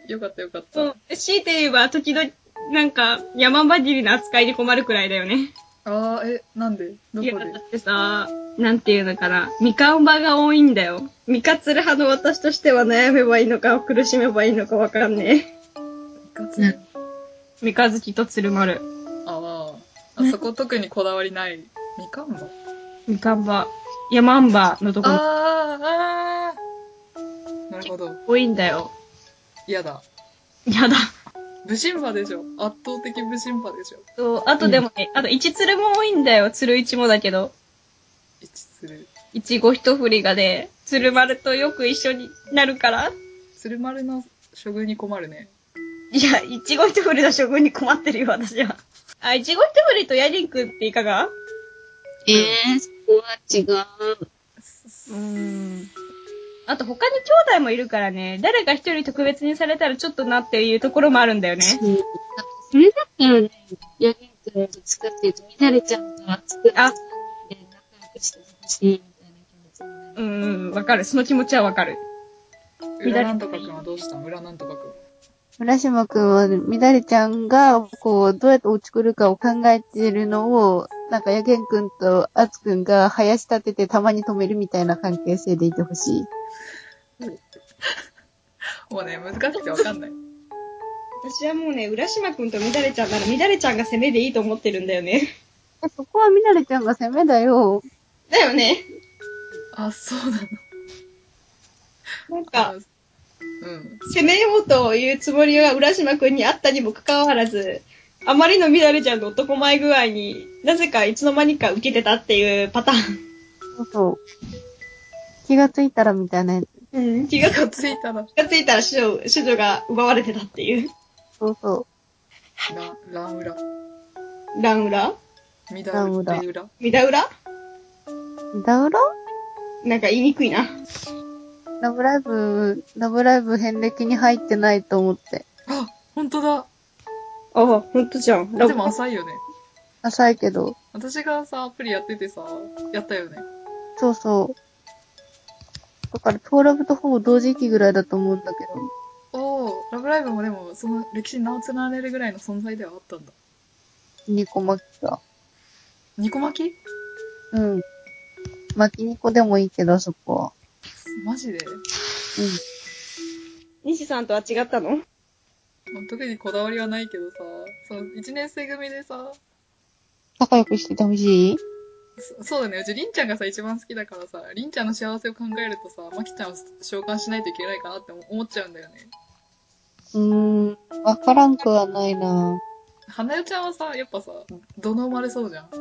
よかったよかった。 うん。強いて言えば、時々、なんか、山ばぎりの扱いに困るくらいだよね。 あー、え、なんでどいや、 こでだってさ、なんていうのかな。みかん場が多いんだよ。みかつる派の私としては悩めばいいのか、苦しめばいいのかわかんねいかつい。 うん三日月と鶴丸。 ああ、あそこ特にこだわりない。みかんばみかん場。山ん場のところあー、あー。なるほど。 多いんだよ。 嫌だ。 やだ。 武神馬でしょ。圧倒的武神馬でしょ。 そう、あとでもね、あと一鶴も多いんだよ。鶴一もだけど。 一する。 いちご一振りがで、鶴丸とよく一緒になるから。 鶴丸の処遇に困るね。 いや、いちご一振りの処遇に困ってるよ、私は。あ、いちご一振りとヤリンくんっていかがえー、そこは違う。 うーん。あと他に兄弟もいるからね、誰か一人特別にされたらちょっとなっていうところもあるんだよね。 そう。なんかそれだったらね、ヤギンくんどっちかっていうと、みなれちゃんと熱くあさんにんで仲良くしてほしいみたいな気持ちになる。 うん、わかる。その気持ちはわかる。 裏なんとかくんはどうしたん裏なんとかくん。 浦島くんは、みなれちゃんが、こう、どうやって落ちくるかを考えてるのを、なんか、ヤゲンくんとアツくんが林立ててたまに止めるみたいな関係性でいてほしい。 もうね、難しくてわかんない。 私はもうね、浦島くんとみだれちゃんならみだれちゃんが攻めでいいと思ってるんだよね。 え、そこはみなれちゃんが攻めだよ。 だよね。 あ、そうなの。 なんか、 うん。 攻めようというつもりが浦島くんにあったにもかかわらず、あまりのみだれちゃんの男前具合になぜかいつの間にか受けてたっていうパターン。 そうそう。気がついたらみたいなやつ。 うん、気が気がついたら。 気がついたら主女、主女が奪われてたっていう。 そうそラ、ラン裏。 ラン裏ミダラン裏裏。 ミダ裏う。ダウロなんか言いにくいな。 ラブライブ、ラブライブ遍歴に入ってないと思って。 あ、ほんとだ。 あ、ほんとじゃん。 あでも浅いよね。 浅いけど。 私がさ、アプリやっててさ、やったよね。 そうそう。だから、トーラブとほぼ同時期ぐらいだと思うんだけど。 おー、ラブライブもでも、その歴史に名を連ねるぐらいの存在ではあったんだ。 ニコ巻きが。 ニコ巻きうん。巻きニコでもいいけど、そこは。 マジでうん。 西さんとは違ったの？ まあ特にこだわりはないけどさ、そのいちねん生組でさ、 仲良くしててほしい？ そそうだね、うちりんちゃんがさ、一番好きだからさ、りんちゃんの幸せを考えるとさ、まきちゃんを召喚しないといけないかなって思っちゃうんだよね。 うーん。わからんくはないな。 花代ちゃんはさ、やっぱさ、どの生まれそうじゃん。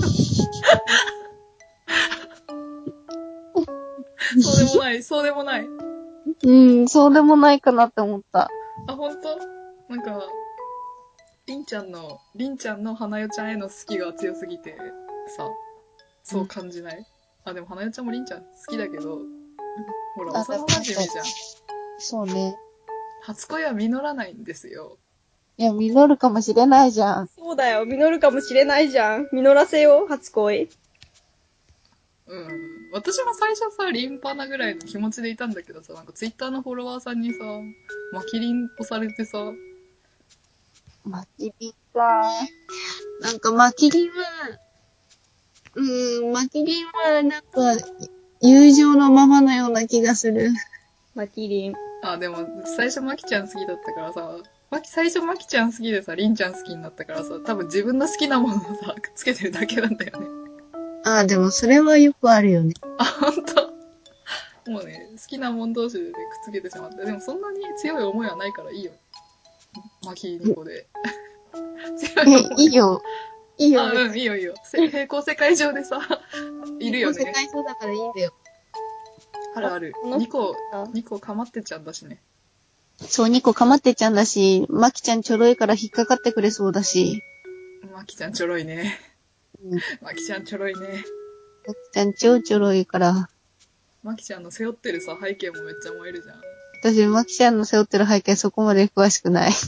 そうでもない、そうでもない。 うん、そうでもないかなって思った。 あ、ほんとなんか、りんちゃんの、りんちゃんの花代ちゃんへの好きが強すぎて、さ、そう感じない、うん、あ、でも花代ちゃんもりんちゃん好きだけど、ほら、幼馴染じゃん。 そうね。 初恋は実らないんですよ。 いや、実るかもしれないじゃん。 そうだよ、実るかもしれないじゃん。実らせよう、初恋。 うん。私も最初さ、リンパなぐらいの気持ちでいたんだけどさ、なんかツイッターのフォロワーさんにさ、マキリン押されてさ。 マキリンか。なんかマキリンは、うーん、マキリンはなんか、友情のままのような気がする。 マキリン。 あ、でも、最初マキちゃん好きだったからさ、マキ、最初マキちゃん好きでさ、リンちゃん好きになったからさ、多分自分の好きなものをさ、くっつけてるだけなんだよね。 ああ、でもそれはよくあるよね。 あ、ほんともうね、好きなもん同士で、ね、くっつけてしまった。でもそんなに強い思いはないからいいよ。マキニコで。 強い思い。え、いいよ。いいよ。 あ、うん、いいよいいよ。平行世界上でさ、いるよね。 平行世界上だからいいんだよ。 あるある。ニコ、ニコかまってちゃんだしね。 そう、ニコかまってちゃんだし、マキちゃんちょろいから引っかかってくれそうだし。 マキちゃんちょろいね。 うん、 マキちゃんちょろいね。 マキちゃん超ちょろいから。 マキちゃんの背負ってるさ、背景もめっちゃ燃えるじゃん。 私、マキちゃんの背負ってる背景そこまで詳しくない。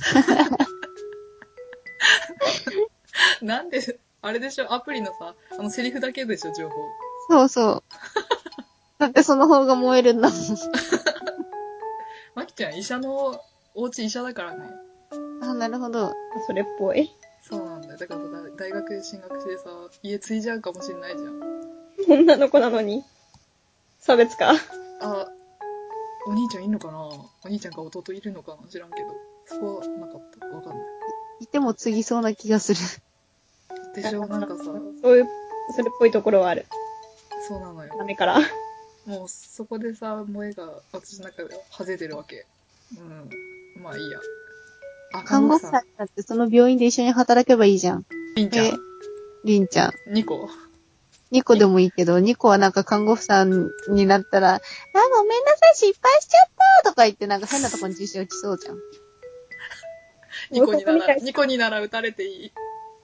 なんで、あれでしょ、アプリのさ、あのセリフだけでしょ、情報。 そうそう。だってその方が燃えるんだもん。 マキちゃん医者のお家医者だからね。 あ、なるほど。 それっぽい。 そうなんだよ。だからさ大学で進学してさ、家継いじゃうかもしんないじゃん。 女の子なのに。差別か。 あ、お兄ちゃんいんのかな、お兄ちゃんか弟いるのかな、知らんけど。そこはなかった。わかんない。 いても継ぎそうな気がする。 でしょ、なんかさ、 そういう、それっぽいところはある。 そうなのよ。 ダメから。 もうそこでさ、萌えが私の中では外れてるわけ。うん。まあいいや。あ、 看護婦さんだってその病院で一緒に働けばいいじゃん。 りんちゃんえ、りんちゃん。 にこにこでもいいけど、にこはなんか看護婦さんになったら、あ、ごめんなさい、失敗しちゃったとか言ってなんか変なとこに注射打ちそうじゃん。 にこになら、にこになら打たれていい。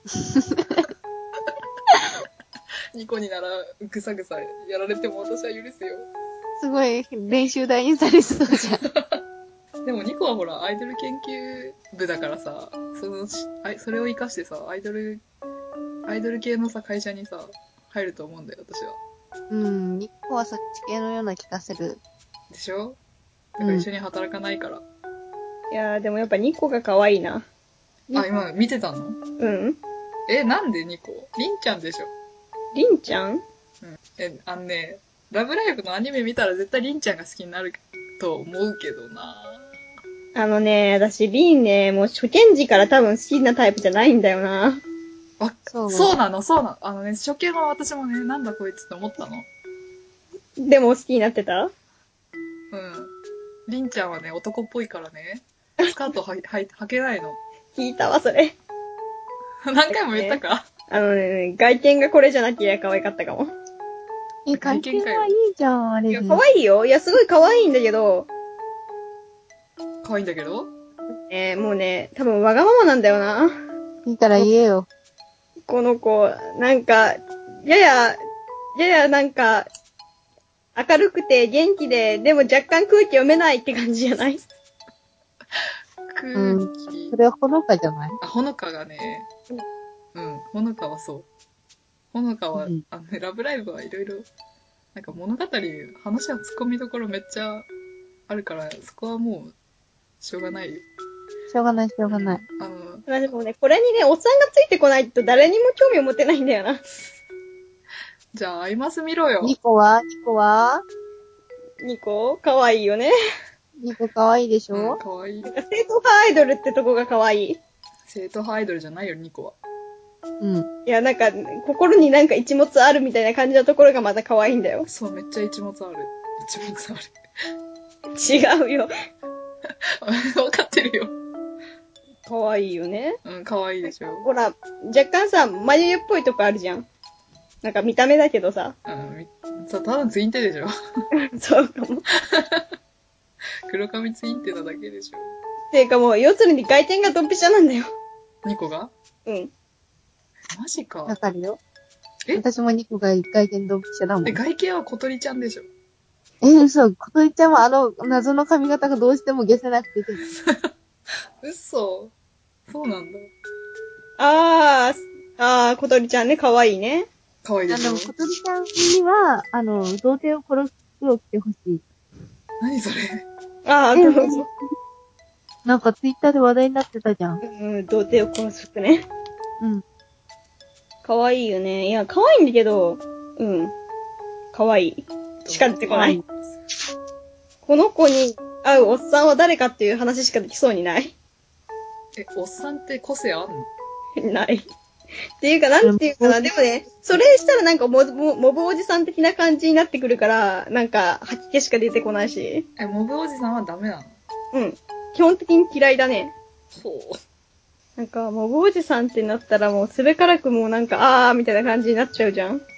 にこにならぐさぐさやられても私は許すよ。 すごい練習台にされそうじゃん。 でもにこはほら、アイドル研究部だからさ、その、それを活かしてさ、アイドル、アイドル系のさ、会社にさ、入ると思うんだよ、私は。 うん、にこはそっち系のような気がする。 でしょ？だから一緒に働かないから。 いやー、でもやっぱにこが可愛いな。 あ、今見てたの？ うん。 え、なんでにこ？りんちゃんでしょ？ りんちゃん？ うん。え、あのね、ラブライブのアニメ見たら絶対りんちゃんが好きになると思うけどな。 あのね、私、りんね、もう初見時から多分好きなタイプじゃないんだよな。 あ、 そう。 そうなの、そうなの。あのね、初見は私もね、なんだこいつって思ったの。 でも好きになってた？ うん。りんちゃんはね、男っぽいからね、スカートは、は、履けないの。 聞いたわ、それ。 何回も言ったか？ あのね、外見がこれじゃなきゃ可愛かったかも。 え、外見はいいじゃん、あれで。 いや、可愛いよ。いや、すごい可愛いんだけど、 可愛いんだけどえー、もうね、多分わがままなんだよな。 いいから言えよ。 この子、なんか、やや、ややなんか、明るくて元気で、でも若干空気読めないって感じじゃない？ 空うん。 気。 それはほのかじゃない？ あ、ほのかがね、うん、ほのかはそう。ほのかは、 うんあのね、ラブライブはいろいろ、なんか物語、話は突っ込みどころめっちゃあるから、そこはもう、しょうがないよ。 しょうがない、しょうがない。 うん、あの、 まあでもね、これにね、おっさんがついてこないと誰にも興味を持てないんだよな。 じゃあ、アイマス見ろよ。 にこはにこはニコ可愛いよね。 にこかわいいでしうん、 ょ？ かわいいなん。か正統派アイドルってとこが可愛い。 正統派アイドルじゃないよ、ニコは。 うん。 いや、なんか、心になんか一物あるみたいな感じのところがまた可愛いんだよ。 そう、めっちゃ一物ある。一物ある。 違うよ。 わかってるよ。 可愛いよね。 うん、かわいいでしょ。 ほら、若干さ、眉毛っぽいとこあるじゃん。なんか見た目だけどさ。 うんみ、さ、ただツインテでしょ。 そうかも。 黒髪ツインテなだけでしょ。 ていうかもう、要するに外見がドンピシャなんだよ。 ニコがうん。 マジか。 わかるよ。 え私もにこが外見ドンピシャだもん。 え、外見は小鳥ちゃんでしょ。 え、嘘。ことりちゃんはあの謎の髪型がどうしても消せなくて。 嘘。そうなんだ。 あー、あー、小鳥ちゃんね、可愛いね。 あの、 かわいいでしょ。 ことりちゃんには、あの、童貞を殺す服を着てほしい。 何それ。 あー、 えどうぞ。 なんかツイッターで話題になってたじゃん。 うん、童貞を殺す服ね。 うん。 可愛いよね。いや、可愛いんだけど、うん。可愛い。しか出てこない。この子に会うおっさんは誰かっていう話しかできそうにない。 え、おっさんって個性あんの？ ない。っていうか、なんていうかな。でもね、それしたらなんかモブ、モブおじさん的な感じになってくるから、なんか吐き気しか出てこないし。 え、モブおじさんはダメなの？ うん。基本的に嫌いだね。 ほう。 なんか、モブおじさんってなったらもうすべからくもうなんか、あーみたいな感じになっちゃうじゃん。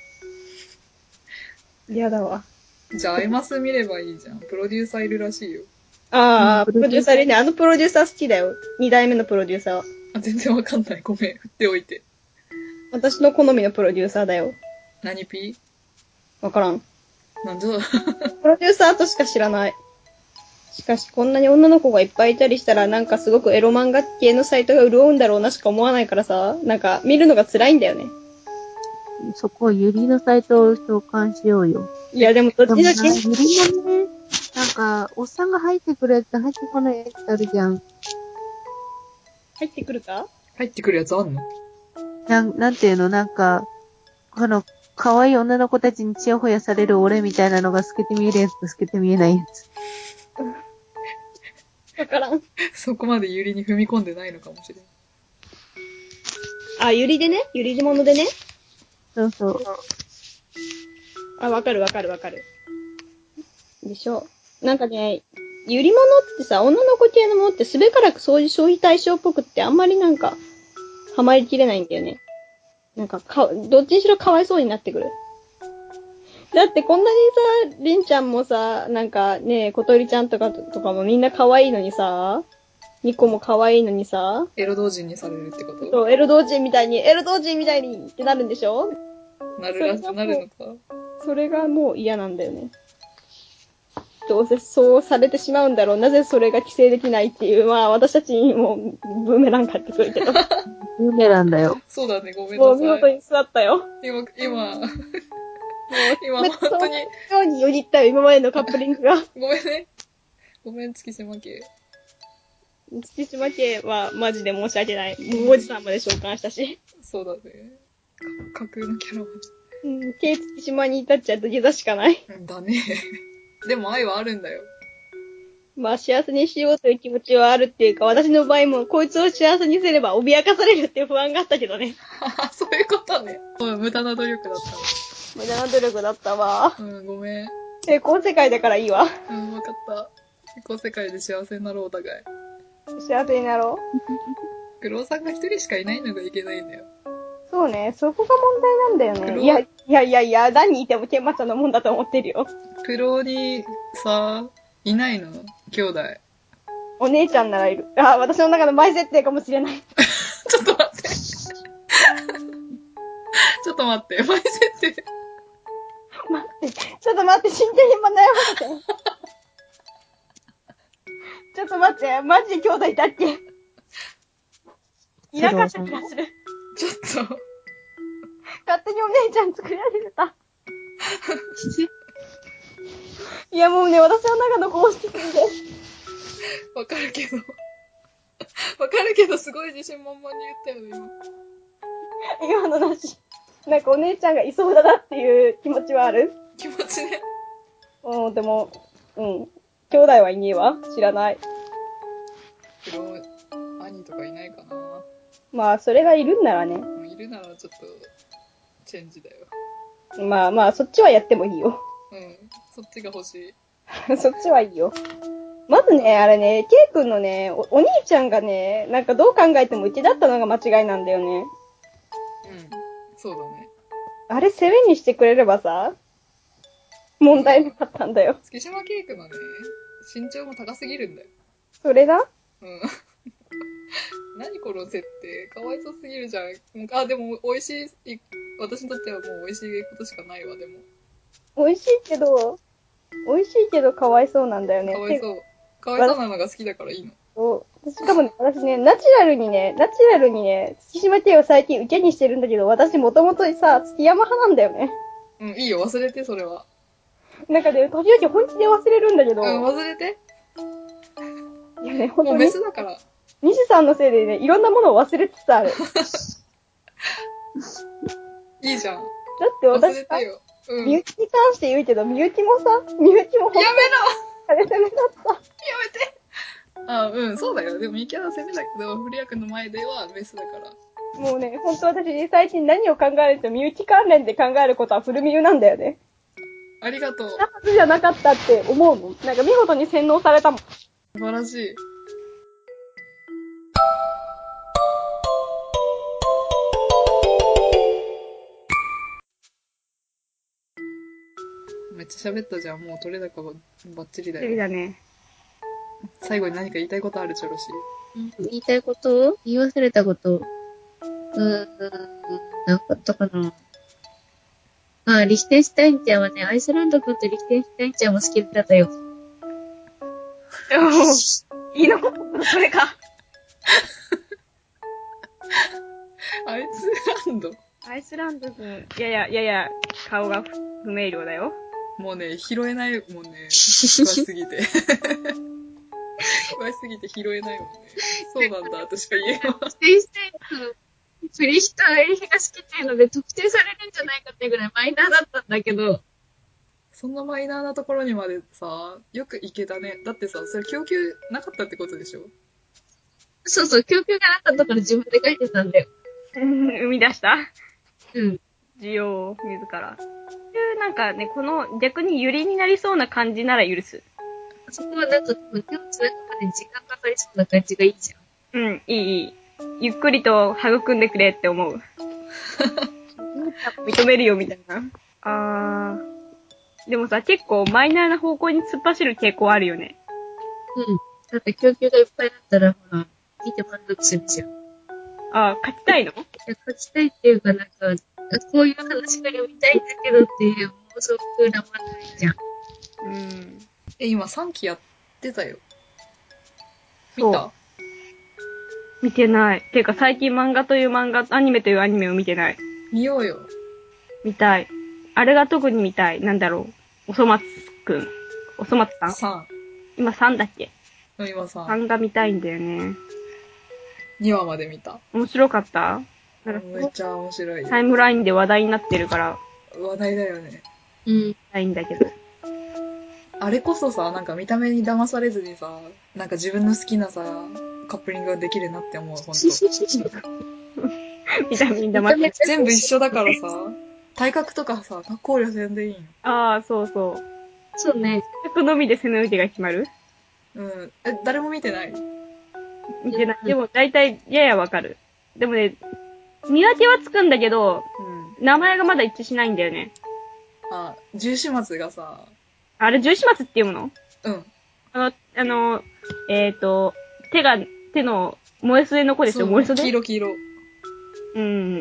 嫌だわ。 じゃあ、アイマス見ればいいじゃん。プロデューサーいるらしいよ。 あー、 うんプロデューサーでね、あのプロデューサー好きだよ。二代目のプロデューサー。 あ、全然わかんない。ごめん。振っておいて。 私の好みのプロデューサーだよ。 何ピわからん。 ーなんじゃプロデューサーとしか知らない。しかし、こんなに女の子がいっぱいいたりしたら、なんかすごくエロ漫画系のサイトが潤うんだろうなしか思わないからさ、なんか見るのが辛いんだよね。 そこ、ゆりのサイトを召喚しようよ。 いや、でもどっちだけ、 でもなゆりもね、なんなんか、おっさんが入ってくるやつ、入ってこないやつあるじゃん。 入ってくるか？ 入ってくるやつあんの？ なん、なんていうの、なんか、あの、可愛い女の子たちにチヤホヤされる俺みたいなのが透けて見えるやつと透けて見えないやわからん。 そこまでユリに踏み込んでないのかもしれない。 あ、ゆりでね。ゆりでものでね。 つ。そうそう。 あ、わかるわかるわかる。でしょ。なんかね、ゆりものってさ、女の子系のものってすべからくそういう消費対象っぽくってあんまりなんか、ハマりきれないんだよね。なんか、か、どっちにしろかわいそうになってくる。だってこんなにさ、りんちゃんもさ、なんかね、ことりちゃんとかとかもみんな可愛いのにさ、ニコも可愛いのにさ、 エロ同人にされるってこと？ そう、エル同人みたいに、エル同人みたいにってなるんでしょ？ なるらし、 それがもうなるのか。 それがもう嫌なんだよね。どうせそうされてしまうんだろう。なぜそれが規制できないっていう、まあ私たちにもブーメラン買ってくるけど。 ブーメランだよ。 そうだね、ごめんもう見なさい。 事に座ったよ。 今、今、 もう、 今本当に、 ようによぎったよ、今までのカップリングが。 ごめんね。ごめん、月島家。 月島家はマジで申し訳ない。もうおじさんまで召喚したし。 そうだね。か架空のキャラは。 うん、K 月島に至っちゃうと下座しかない。 だね。でも愛はあるんだよ。 まあ幸せにしようという気持ちはあるっていうか、私の場合もこいつを幸せにすれば脅かされるっていう不安があったけどね。 そういうことね。無駄な努力だっ無駄な努力だったわ。 た。うん、ごめん。 成功世界だからいいわ。 うん、わかった。結構世界で幸せになろう、お互い。 幸せになろう。 クロウさんが一人しかいないのがいけないんだよ。 そうね、そこが問題なんだよね。いや、いやいやいや、何人いてもケンマちゃんのもんだと思ってるよ。 クロウにさ、いないの？兄弟。 お姉ちゃんならいる。あ、私の中の前設定かもしれない。 ちょっと待って。ちょっと待って。前設定。 待って、ちょっと待って、真剣に悩ませて。ちょっと待って、マジで兄弟いたっけ？いなかった気がする。 ちょっと。 勝手にお姉ちゃん作り上げてた。いやもうね、私の中の公式すぎて。 わかるけど。わかるけど、すごい自信満々に言ったよね、 今。今のなし。なんかお姉ちゃんがいそうだなっていう気持ちはある？ 気持ちね。 うん、でも、うん。兄弟はいねえわ。知らない。 クロウ、兄とかいないかな。 まあ、それがいるんならね。 いるならちょっと、チェンジだよ。 まあまあ、そっちはやってもいいよ。 うん。そっちが欲しい。 そっちはいいよ。まずね、あれね、ケイ君のねお、お兄ちゃんがね、なんかどう考えてもうちだったのが間違いなんだよね。 うん。そうだね。 あれ、攻めにしてくれればさ、問題なかったんだよ。 月島ケイクのね、身長も高すぎるんだよ。 それだ？ うん。何この設定、かわいそうすぎるじゃん。あ、でも美味しい、私にとってはもう美味しいことしかないわ、でも。 美味しいけど、美味しいけどかわいそうなんだよね。 かわいそう。かわいそうなのが好きだからいいの。 そう。しかもね、私ね、ナチュラルにね、ナチュラルにね、月島系を最近受けにしてるんだけど、私もともとさ、月山派なんだよね。 うん、いいよ、忘れて、それは。 なんかね、時々本気で忘れるんだけど、 うん、忘れて。 いやね、本もう当にメスだから。 西さんのせいでね、いろんなものを忘れつつある。 いいじゃん。 だって忘私さ、 れてよ。うん。 みゆきに関して言うけど、みゆきもさ、みゆきもやめろあれ攻めだった。 やめてあ、うん、そうだよ。でも、ミキャラ攻めだけど、フリア君の前ではメスだから。 もうね、ほんと私、最近何を考えると、みゆき関連で考えることはフルミユなんだよね。 ありがとう。 なはずじゃなかったって思うもん。なんか見事に洗脳されたもん。 素晴らしい。めっちゃ喋ったじゃん。もう取れ高ばバッチリだよ。 だね。 最後に何か言いたいことあるチョロシ言いたいこと言い忘れたこと。うーん、なかったかな。あ、リヒテンシュタインちゃんはね、アイスランド君とリヒテンシュタインちゃんも好きだったよ。 いいのそれか。 アイスランドアイスランド君、やや、やや、顔が不明瞭だよ。 もうね、拾えないもんね。詳しすぎて。詳しすぎて拾えないもんね。そうなんだ、としか言えない。 特定したいの、プリヒとエリヒが好きっていうので特定されるんじゃないかっていうぐらいマイナーだったんだけど。 そんなマイナーなところにまでさ、よく行けたね。だってさ、それ供給なかったってことでしょ？ そうそう、供給がなかったから自分で書いてたんだよ。 うん、生み出したうん。 需要を自ら。なんかね、この逆にユリになりそうな感じなら許す。 そこはなんか多分手を繋ぐまで時間かかりそうな感じがいいじゃん。 うん、いいいい。ゆっくりと育んでくれって思う。認めるよみたいな。あー。でもさ、結構マイナーな方向に突っ走る傾向あるよね。 うん。だって供給がいっぱいだったら、ほら、見て満足するじゃん。 あー、勝ちたいの？ いや、書きたいっていうかなんか、こういう話が読みたいんだけどっていう妄想膨らまないじゃん。 うん。 え、今さんきやってたよ。見そうた？ 見てない。ていうか最近漫画という漫画、アニメというアニメを見てない。 見ようよ。 見たい。あれが特に見たい。なんだろう。おそ松くん。おそ松さんさん。 今さんだっけ？ 今さん。 さんが見たいんだよね。 にわまで見た。 面白かった？なんかめっちゃ面白いよ。 タイムラインで話題になってるから、 話題だよね。 うん。 見たいんだけど。 あれこそさ、なんか見た目に騙されずにさ、なんか自分の好きなさ、カップリングができるなって思う、ほんと。 見た目に黙って。 全部一緒だからさ、体格とかさ、考慮せんでいいんよ。 ああ、そうそう。 そうね。 好みで背の腕が決まる？ うん。え、誰も見てない？ 見てない。でも大体、ややわかる。でもね、見分けはつくんだけど、 うん。 名前がまだ一致しないんだよね。 あ、十四末がさ、 あれ、十四松って読むの？ うん。 あの、あの、えっ、ー、と、手が、手の、燃え袖の子でしょ？燃え袖？ 黄色黄色。 うん。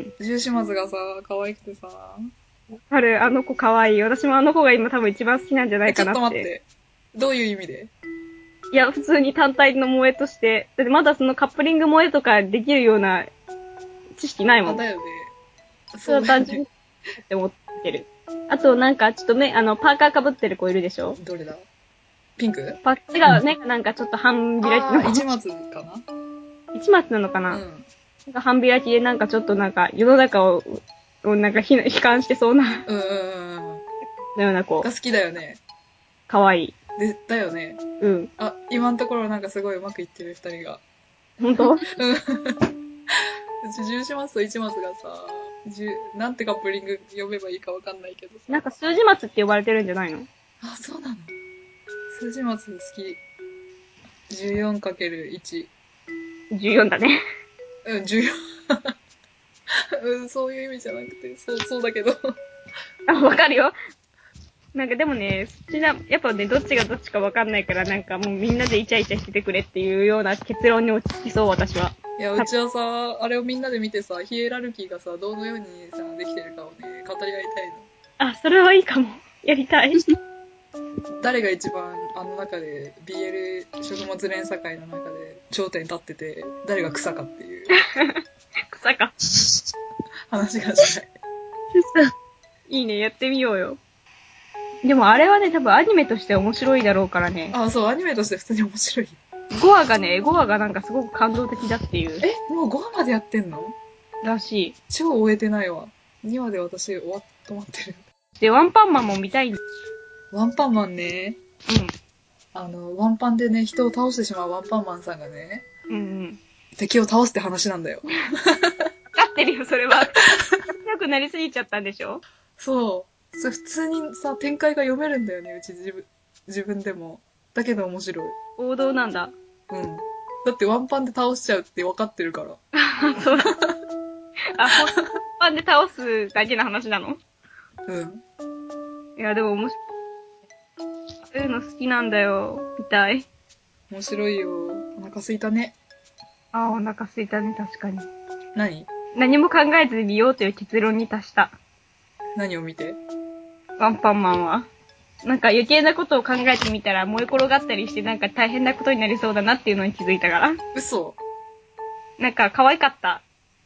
十四末がさ、可愛くてさ。 あれ、あの子可愛い。私もあの子が今多分一番好きなんじゃないえ、ちょっかなって。 と待って。どういう意味で？ いや、普通に単体の萌えとして。だってまだそのカップリング萌えとかできるような知識ないもあ、 ん。 だよね。 それは単純にって思ってる。あとなんかちょっとね、あの、パーカー被ってる子いるでしょ？ どれだ？ピンク？ パッチがね、なんかちょっと半開きのあー、一末かな？ 一末なのかな？ うん。 なんか半開きでなんかちょっとなんか世の中を、をなんか悲観してそうな、 うんうんうんうん。 のような子が。好きだよね。 可愛い。 で、だよね。 うん。 あ、今のところなんかすごいうまくいってる二人が。 ほんと？ うん。うち十四末と一末がさ、十、なんてカップリング読めばいいかわかんないけどさ。 なんか数字末って呼ばれてるんじゃないの？ あ、そうなの。数字末好き。じゅうよんかけるいち。 じゅうよんだね。 うん、じゅうよん。うん、そういう意味じゃなくて、そう、そうだけど。 あ、わかるよ。なんかでもね、好きな、やっぱね、どっちがどっちかわかんないから、なんかもうみんなでイチャイチャしててくれっていうような結論に落ち着きそう、私は。 いや、うちはさ、あれをみんなで見てさ、ヒエラルキーがさ、どのようにさ、できてるかをね、語り合いたいの。 あ、それはいいかも。やりたい。 誰が一番あの中で ビーエル 食物連鎖会の中で頂点立ってて誰が草かっていう草か。 話がしたい。 いいね、やってみようよ。でもあれはね、多分アニメとして面白いだろうからね。 あ、そう、アニメとして普通に面白い。 ごわがね、ごわがなんかすごく感動的だっていう。 え、もうごわまでやってんの？ らしい。 超終えてないわ。にわで私終わっ、止まってる。 で、ワンパンマンも見たいんだ。 ワンパンマンね。あの、ワンパンでね、人を倒してしまうワンパンマンさんがね、 うん。うんうん。 敵を倒すって話なんだよ。 わかってるよ、それは。強くなりすぎちゃったんでしょ？ そう。それ普通にさ、展開が読めるんだよね、うち自分、自分でも。だけど面白い。 王道なんだ。 うん。だってワンパンで倒しちゃうって分かってるから。 そうだ。あ、ほんとワンパンで倒すだけの話なの？ うん。 いや、でも面白い。そういうの好きなんだよ。見たい。 面白いよ。お腹すいたね。 あ、お腹空いたね、確かに。 何？ 何も考えずに見ようという結論に達した。 何を見て？ ワンパンマンは。なんか余計なことを考えてみたら燃え転がったりしてなんか大変なことになりそうだなっていうのに気づいたから。 嘘。 なんか可愛かった。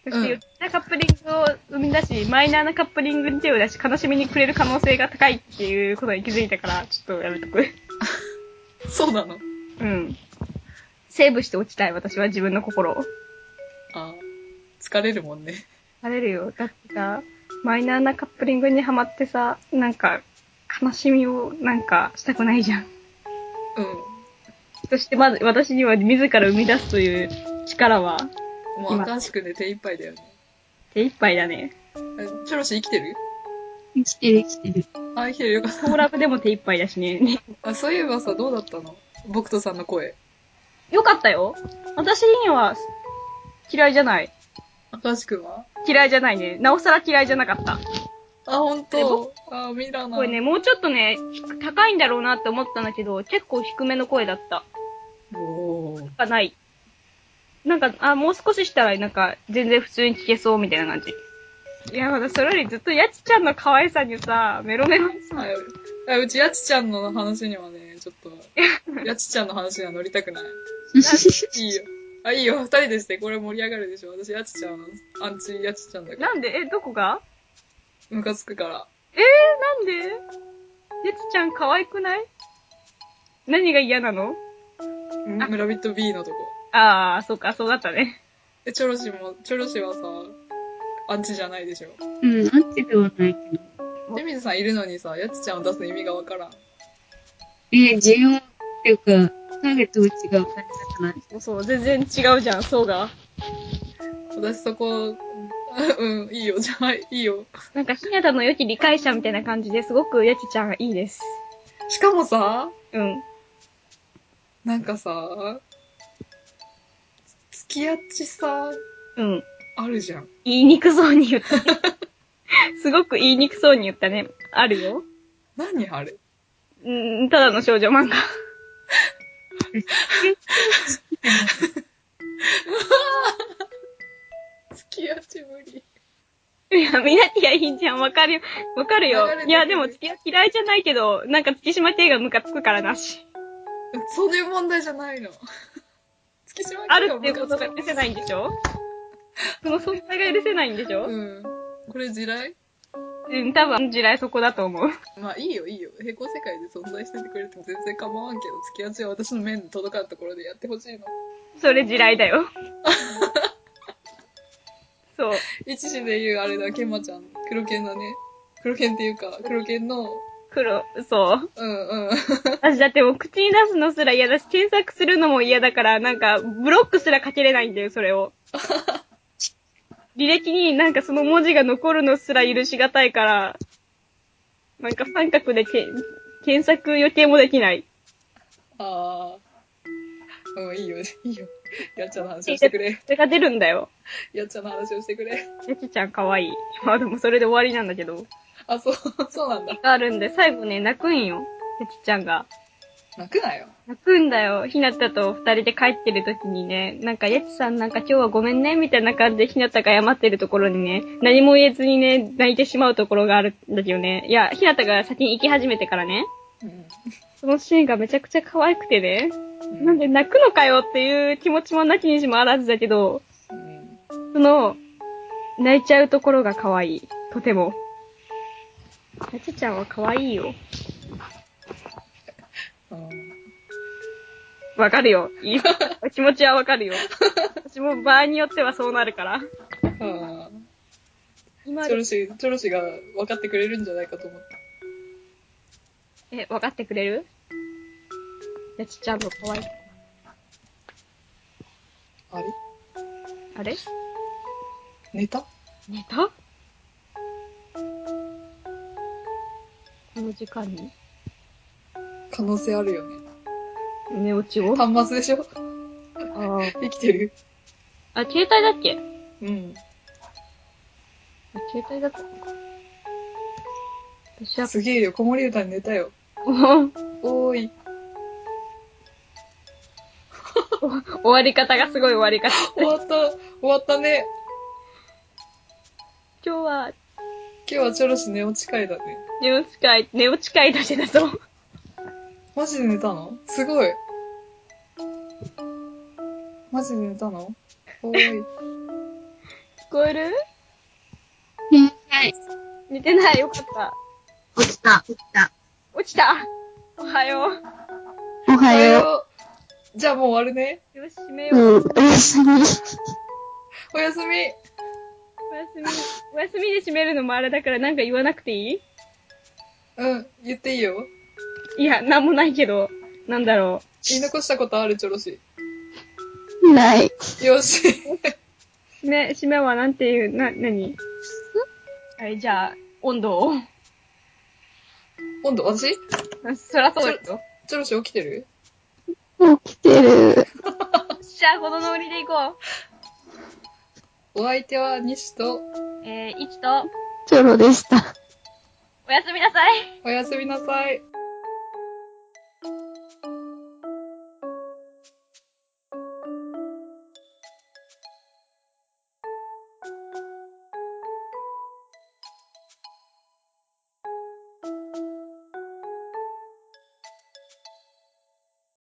そして、余計なカップリングを生み出し、マイナーなカップリングに手を出し、悲しみにくれる可能性が高いっていうことに気づいたから、ちょっとやめとく。 そうなの？ うん。セーブしておきたい、私は自分の心を。 ああ、疲れるもんね。 疲れるよ。だってさ、マイナーなカップリングにハマってさ、なんか、悲しみをなんかしたくないじゃん。 うん。 そしてまず、私には自ら生み出すという力は、 もう新しくね、手一杯だよね。 手一杯だね。 えチョロシ生きてる？ 生きてる生きてる。 あ、生きてるよかった。 フォーラブでも手一杯だしね。 あ、そういえばさ、どうだったの？僕とさんの声。 よかったよ。私には、嫌いじゃない。 赤石くんは？ 嫌いじゃないね。なおさら嫌いじゃなかった。 あ、ほんと？あ、ミラな。 これね、もうちょっとね、高いんだろうなって思ったんだけど、結構低めの声だった。 おー。 がない。なんか、あ、もう少ししたら、なんか、全然普通に聞けそうみたいな感じ。いや、まだそれよりずっとやちちゃんの可愛さにさ、メロメロにさ、 あ、うちやちちゃんの話にはね、ちょっと、やちちゃんの話には乗りたくない。いいよ。あ、いいよ。二人でして、これ盛り上がるでしょ。私、やちちゃん、アンチやちちゃんだから。 なんでえ、どこがムカつくから。 えー、なんでやちちゃん可愛くない？何が嫌なの？ 村人 B のとこ。 あー、そうか、そうだったね。 え、チョロシも、チョロシはさ、アンチじゃないでしょ。 うん、アンチではないけど。 ジェミズさんいるのにさ、やちちゃんを出す意味がわからん。 えー、需要っていうか、ターゲットが違う感じだったな。 そうそう、全然違うじゃん、そうが。 私そこ、うん、いいよ、じゃあ、いいよ。 なんか、ひなたの良き理解者みたいな感じですごくやちちゃんがいいです。 しかもさ、 うん。 なんかさ、付き合ちさ、 うん。 あるじゃん。 言いにくそうに言ったね。すごく言いにくそうに言ったね。あるよ。 何あれ？ うん、ただの少女漫画。 付き合ち無理。 いや、みなティアいいんじゃん。わかるよ。わかるよ流れて。くるいや、でも付き合い嫌いじゃないけど、なんか月島系がムカつくからなし。 そういう問題じゃないの。月島あるっていうことが許せないんでしょ？その存在が許せないんでしょ？ うん。これ地雷？ うん、多分地雷そこだと思う。 まあいいよいいよ。平行世界で存在しててくれても全然構わんけど、付き合ちは私の面に届かんところでやってほしいの。 それ地雷だよ。そう。 一時で言うあれだ、ケンマちゃん。黒犬だね。黒犬っていうか、黒犬の、 黒、そう。 うんうん。 私だってもう口に出すのすら嫌だし、検索するのも嫌だから、なんか、ブロックすらかけれないんだよ、それを。履歴になんかその文字が残るのすら許しがたいから、なんか三角でけ検索予定もできない。 ああ。うん、いいよ、いいよ。やっちゃんの話をしてくれ。 それが出るんだよ。 やっちゃんの話をしてくれ。 やちちゃんかわいい。まあでもそれで終わりなんだけど。 あ、そう、そうなんだ。 があるんで、最後ね、泣くんよ。やちちゃんが。 泣くなよ。 泣くんだよ。ひなたと二人で帰ってる時にね、なんか、やちさんなんか今日はごめんね、みたいな感じでひなたが謝ってるところにね、何も言えずにね、泣いてしまうところがあるんだけどね。いや、ひなたが先に行き始めてからね、 うん。 そのシーンがめちゃくちゃ可愛くてね、 うんなんで泣くのかよっていう気持ちもなきにしもあらずだけど、 うん。 その、泣いちゃうところが可愛い。とても。やちちゃんは可愛いよ。 うんわかるよ。いい気持ちはわかるよ。私も場合によってはそうなるから。 あ今チョロシ、チョロシが分かってくれるんじゃないかと思った。 え、わかってくれる？やちちゃんの可愛い。 あれあれ寝た寝た？この時間に可能性あるよね。 寝落ちを？ 端末でしょ？ ああ。 生きてる？ あ、携帯だっけ？ うん。 携帯だったのか。私は、 すげえよ、子守歌に寝たよ。おーい。 終わり方がすごい終わり方。 終わった、終わったね。 今日は、 今日はチョロシ寝落ち会だね。 寝落ち会、寝落ち会だしだぞ。 マジで寝たの？すごい。マジで寝たの？おーい。 こえる？ ね、はい。 寝てない。よかった。 落ちた、落ちた。 落ちた。おはよう。 おはよう。じゃあもう終わるね。 よし、閉めよう。 う。 うん、おやすみ。 おやすみ。 おやすみ。おやすみで閉めるのもあれだからなんか言わなくていい？ うん、言っていいよ。 いや、なんもないけど、なんだろ言い残したことある、チョロシ。 ない。 よし。 う。閉め、閉めはなんていう、な、なに？はい、じゃあ、温度を。 今度、私そらそうですよ。 チョロシ起きてる？ 起きてる。 じゃあ、このノリで行こお相手は西と、 う。えー、いちと、 チョロでした。 おやすみなさい。 おやすみなさい。